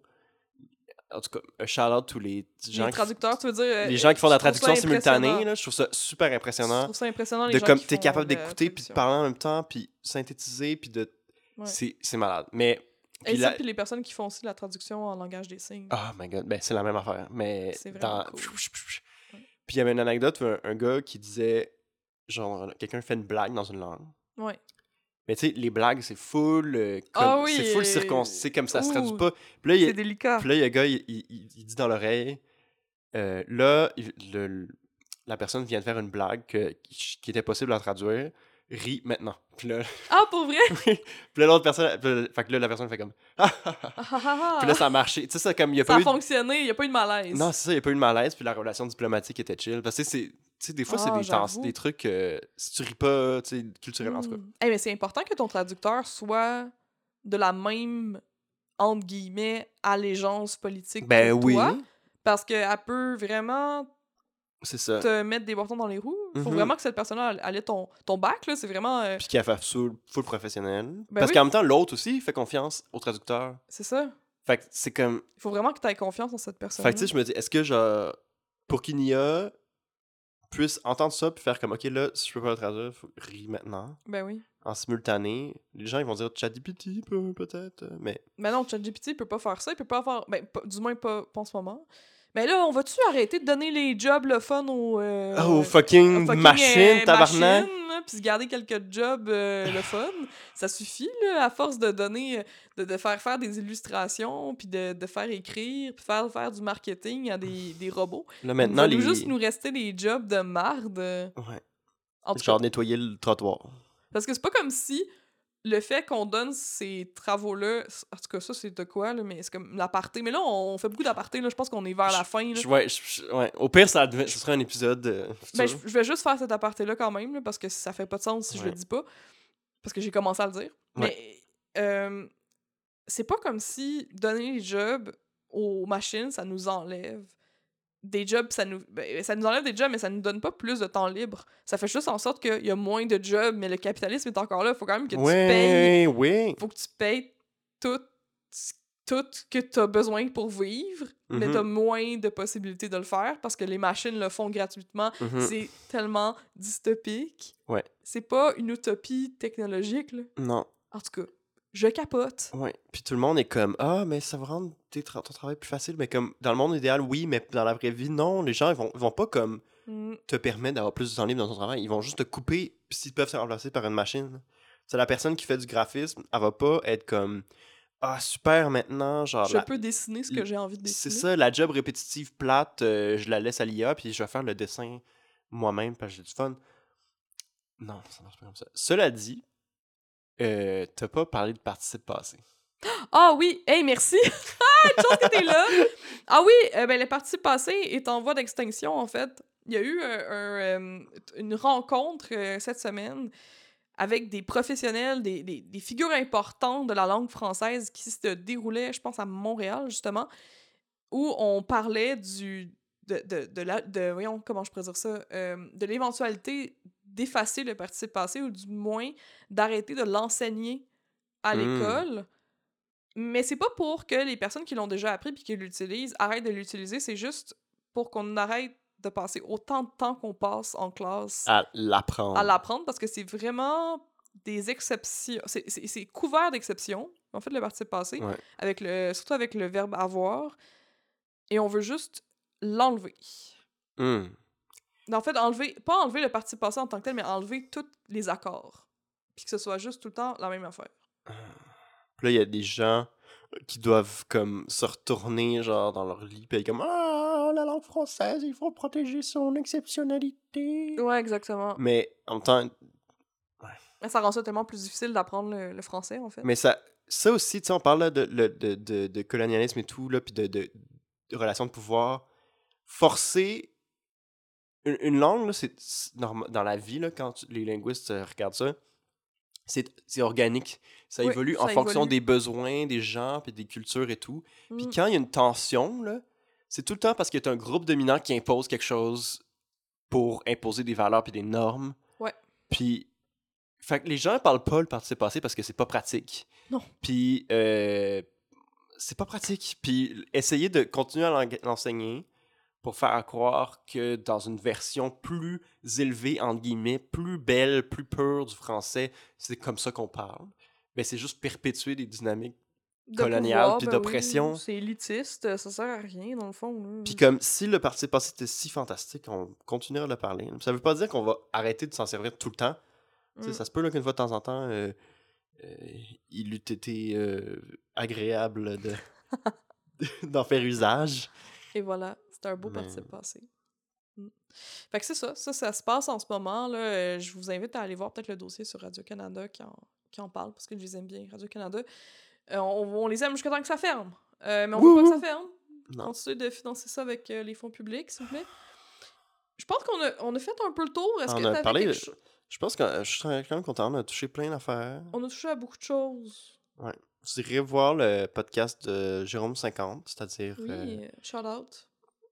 En tout cas, un shout-out tous les gens. Les qui- traducteurs, tu veux dire... euh, les gens qui font de la je trouve ça traduction simultanée, impressionnant. là, je trouve ça super Je impressionnant. trouve ça impressionnant, les De gens comme qui t'es font capable la d'écouter puis de traduction. parler en même temps puis synthétiser puis de. Ouais. C'est c'est malade. Mais. Et Puis ça, la- puis les personnes qui font aussi la traduction en langage des signes. Oh my god, ben c'est la même affaire. Mais C'est vraiment dans. cool. Ouais. Puis il y avait une anecdote où un, un gars qui disait. Genre, quelqu'un fait une blague dans une langue. Ouais. Mais tu sais, les blagues, c'est full. euh, comme, Ah oui, c'est full euh, circoncis. C'est comme ça se traduit ouh, pas. Puis là, il y a- C'est délicat. puis là, il y a un gars, il, il- il- il dit dans l'oreille. euh, là, il- le- le- la personne vient de faire une blague que- qui, qui était possible à traduire. Ris maintenant. Puis là, Ah, pour vrai? puis là l'autre personne. Puis là, fait que là, la personne fait comme. Ah, ah, ah. Ah, ah, ah. Puis là, ça a marché. Tu sais, ça, comme il y a Ça pas a eu. fonctionné, il n'y a pas eu de malaise. Non, c'est ça, il n'y a pas eu de malaise, puis la relation diplomatique était chill. Parce que c'est. Tu sais, des fois, c'est Ah, des, temps- j'avoue. des trucs. euh, si tu ris pas, tu sais, culturellement, en tout cas. Hmm. Hey, mais c'est important que ton traducteur soit de la même, entre guillemets, allégeance politique Ben que oui. toi. Parce qu'elle peut vraiment C'est ça. te mettre des bâtons dans les roues. Faut Mhm. vraiment que cette personne-là elle ait ton, ton bac, là. C'est vraiment... euh, Puis qui a fait full, full professionnel. Ben Parce oui. qu'en même temps, l'autre aussi fait confiance au traducteur. c'est ça. Fait que c'est comme. Il faut vraiment que tu aies confiance en cette personne. Fait que tu sais, je me dis, est-ce que genre. Pour qu'une I A puisse entendre ça puis faire comme, ok, là, si je peux pas le traduire, faut rire maintenant. Ben oui. en simultané, les gens ils vont dire ChatGPT peut- peut-être, euh, mais Mais non, ChatGPT peut pas faire ça, il peut pas faire... Ben, pas- du moins pas, pas en ce moment. Mais là, on va-tu arrêter de donner les jobs le fun aux, oh euh, aux fucking fucking machine, euh, tabarnak. machines, là, puis se garder quelques jobs euh, le fun? Ça suffit, là, à force de donner, euh, de, de faire faire des illustrations, puis de, de faire écrire, puis faire, faire du marketing à des, des robots. Là Il maintenant va nous juste les nous rester des jobs de marde. ouais, En tout genre cas, nettoyer le trottoir. parce que c'est pas comme si le fait qu'on donne ces travaux-là, en tout cas, ça, c'est de quoi, là, mais c'est comme l'aparté. Mais là, on fait beaucoup d'aparté, là, je pense qu'on est vers la Je- fin, là. je- ouais, je- je- ouais, au pire ça, devait- ce serait un épisode euh, Ben, futur. je je vais juste faire cet aparté-là quand même, là, parce que ça fait pas de sens si je le Ouais. dis pas. Parce que j'ai commencé à le dire. Ouais. Mais euh, c'est pas comme si donner les jobs aux machines, ça nous enlève des jobs, ça nous, ben, ça nous enlève des jobs, mais ça nous donne pas plus de temps libre. Ça fait juste en sorte qu'il y a moins de jobs, mais le capitalisme est encore là. Faut quand même que tu payes. Ouais, oui. Faut que tu payes tout, tout que tu as besoin pour vivre, mais Mhm. tu as moins de possibilités de le faire parce que les machines le font gratuitement. Mhm. C'est tellement dystopique. Ouais. C'est pas une utopie technologique, là. Non. En tout cas, je capote. Ouais. Puis tout le monde est comme ah mais ça va rendre tes tra- ton travail plus facile, mais comme dans le monde idéal oui, mais dans la vraie vie non. Les gens ils vont ils vont pas comme Mm. te permettre d'avoir plus de temps libre dans ton travail. Ils vont juste te couper puis s'ils peuvent se remplacer par une machine. C'est la personne qui fait du graphisme, elle va pas être comme ah super maintenant genre Je la- peux dessiner ce que l- j'ai envie de c'est dessiner. ça la job répétitive plate, euh, je la laisse à l'I A puis je vais faire le dessin moi-même parce que j'ai du fun. Non, ça marche pas comme ça. Cela dit, euh, t'as pas parlé de participe passé. Ah oui! Hey, merci! Ah, une chance que t'es là! Ah oui! euh, ben, le parti passé est en voie d'extinction, en fait. Il y a eu euh, un, euh, une rencontre euh, cette semaine avec des professionnels, des, des, des figures importantes de la langue française qui se déroulaient, je pense, à Montréal, justement, où on parlait du... de, de, de, la, de voyons, comment je pourrais dire ça? Euh, de l'éventualité d'effacer le participe passé, ou du moins d'arrêter de l'enseigner à Hmm. l'école. Mais c'est pas pour que les personnes qui l'ont déjà appris puis qui l'utilisent arrêtent de l'utiliser, c'est juste pour qu'on arrête de passer autant de temps qu'on passe en classe À l'apprendre. à l'apprendre, parce que c'est vraiment des exceptions. C'est- C'est c'est couvert d'exceptions, en fait, le participe passé, Ouais. avec le, surtout avec le verbe avoir, et on veut juste l'enlever. Hmm. En fait, enlever, pas enlever le participe passé en tant que tel, mais enlever tous les accords. Puis que ce soit juste tout le temps la même affaire. Puis là, il y a des gens qui doivent comme se retourner genre dans leur lit puis être comme ah la langue française il faut protéger son exceptionnalité. Ouais, exactement. Mais en même temps, Mais ça rend ça tellement plus difficile d'apprendre le, le français, en fait. mais ça ça aussi tu sais on parle là, de, le- de, de, de colonialisme et tout là puis de, de, de relations de pouvoir. Forcer une, une langue là, c'est c'est norma- dans la vie là quand tu- les linguistes euh, regardent ça. C'est c'est organique. Ça Oui, évolue ça en fonction évolue. des besoins des gens puis des cultures et tout. Puis Mm. quand il y a une tension, là, c'est tout le temps parce qu'il y a un groupe dominant qui impose quelque chose pour imposer des valeurs puis des normes. Ouais. Puis, fait que les gens parlent pas le participe passé parce que c'est pas pratique. Non. Puis, euh, c'est pas pratique. Puis, essayer de continuer à l'en- l'enseigner pour faire croire que dans une version plus élevée, entre guillemets, plus belle, plus pure du français, c'est comme ça qu'on parle. Ben, c'est juste perpétuer des dynamiques De coloniales pouvoir, puis ben d'oppression. oui, c'est élitiste, ça sert à rien, dans le fond. Là. Puis comme si le participe passé était si fantastique, on continuera de le parler. Ça veut pas dire qu'on va arrêter de s'en servir tout le temps. Tu sais, Mm. ça se peut là, qu'une fois de temps en temps, euh, euh, il eût été euh, agréable de d'en faire usage. Et voilà, c'est un beau Mais- participe passé. Mm. Fait que c'est ça, ça, ça se passe en ce moment. Là. Euh, je vous invite à aller voir peut-être le dossier sur Radio-Canada qui en, qui en parle, parce que je les aime bien, Radio-Canada. Euh, on, on les aime jusqu'à temps que ça ferme. Euh, mais on veut pas que ça ferme. Non. Continuez de financer ça avec euh, les fonds publics, s'il vous plaît. Je pense qu'on a, on a fait un peu le tour. Est-ce On que a t'avais parlé quelque de- chose? Je pense que je suis quand même content, on a touché plein d'affaires. On a touché à beaucoup de choses. Ouais. Vous irez voir le podcast de Jérôme cinquante, c'est-à-dire... Oui, euh, euh, shout out.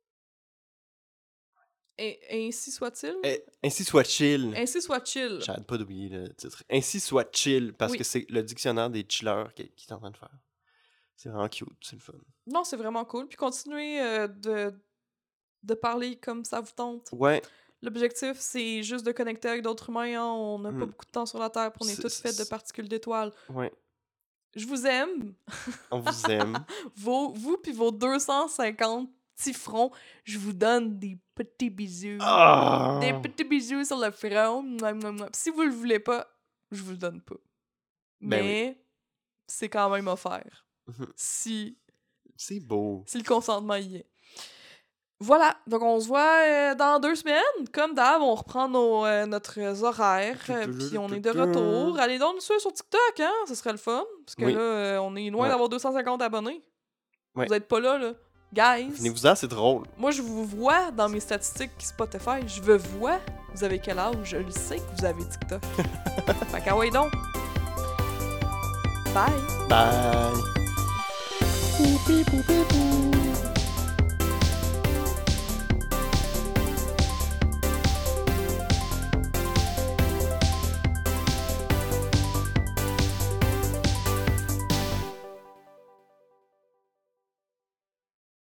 Et, ainsi soit-il. eh, Ainsi soit chill. Ainsi soit chill. J'arrête pas d'oublier le titre. Ainsi soit chill, parce Oui. que c'est le dictionnaire des chillers qui, qui est en train de faire. C'est vraiment cute, c'est le fun. Non, c'est vraiment cool. Puis continuez euh, de, de parler comme ça vous tente. Ouais, L'objectif, c'est juste de connecter avec d'autres humains. Hein. On n'a Mm. pas beaucoup de temps sur la Terre, puis on est C'est- tous faits de c'est- particules d'étoiles. Ouais. Je vous aime. On vous aime. Vos, vous puis vos deux cent cinquante petits fronts, je vous donne des petits bisous. Ah! Des petits bisous sur le front. Mouah, mouah, mouah. Si vous le voulez pas, je vous le donne pas. Ben Mais c'est quand même offert. Mhm. Si, C'est beau. si le consentement y est. Voilà, donc on se voit euh, dans deux semaines. Comme d'hab, on reprend nos, euh, notre horaires, euh, puis on est de retour. Allez donc nous suivre sur TikTok, hein? Ce serait le fun. Parce que Oui. là, euh, on est loin Ouais. d'avoir deux cent cinquante abonnés. Ouais. Vous êtes pas là, là. Guys, Venez-vous-en, c'est drôle. moi je vous vois dans mes statistiques Spotify. Je veux vois, vous avez quel âge? Je le sais que vous avez TikTok. Fait qu'ah ouais donc. Bye! Bye. Poupi, poupi, pou.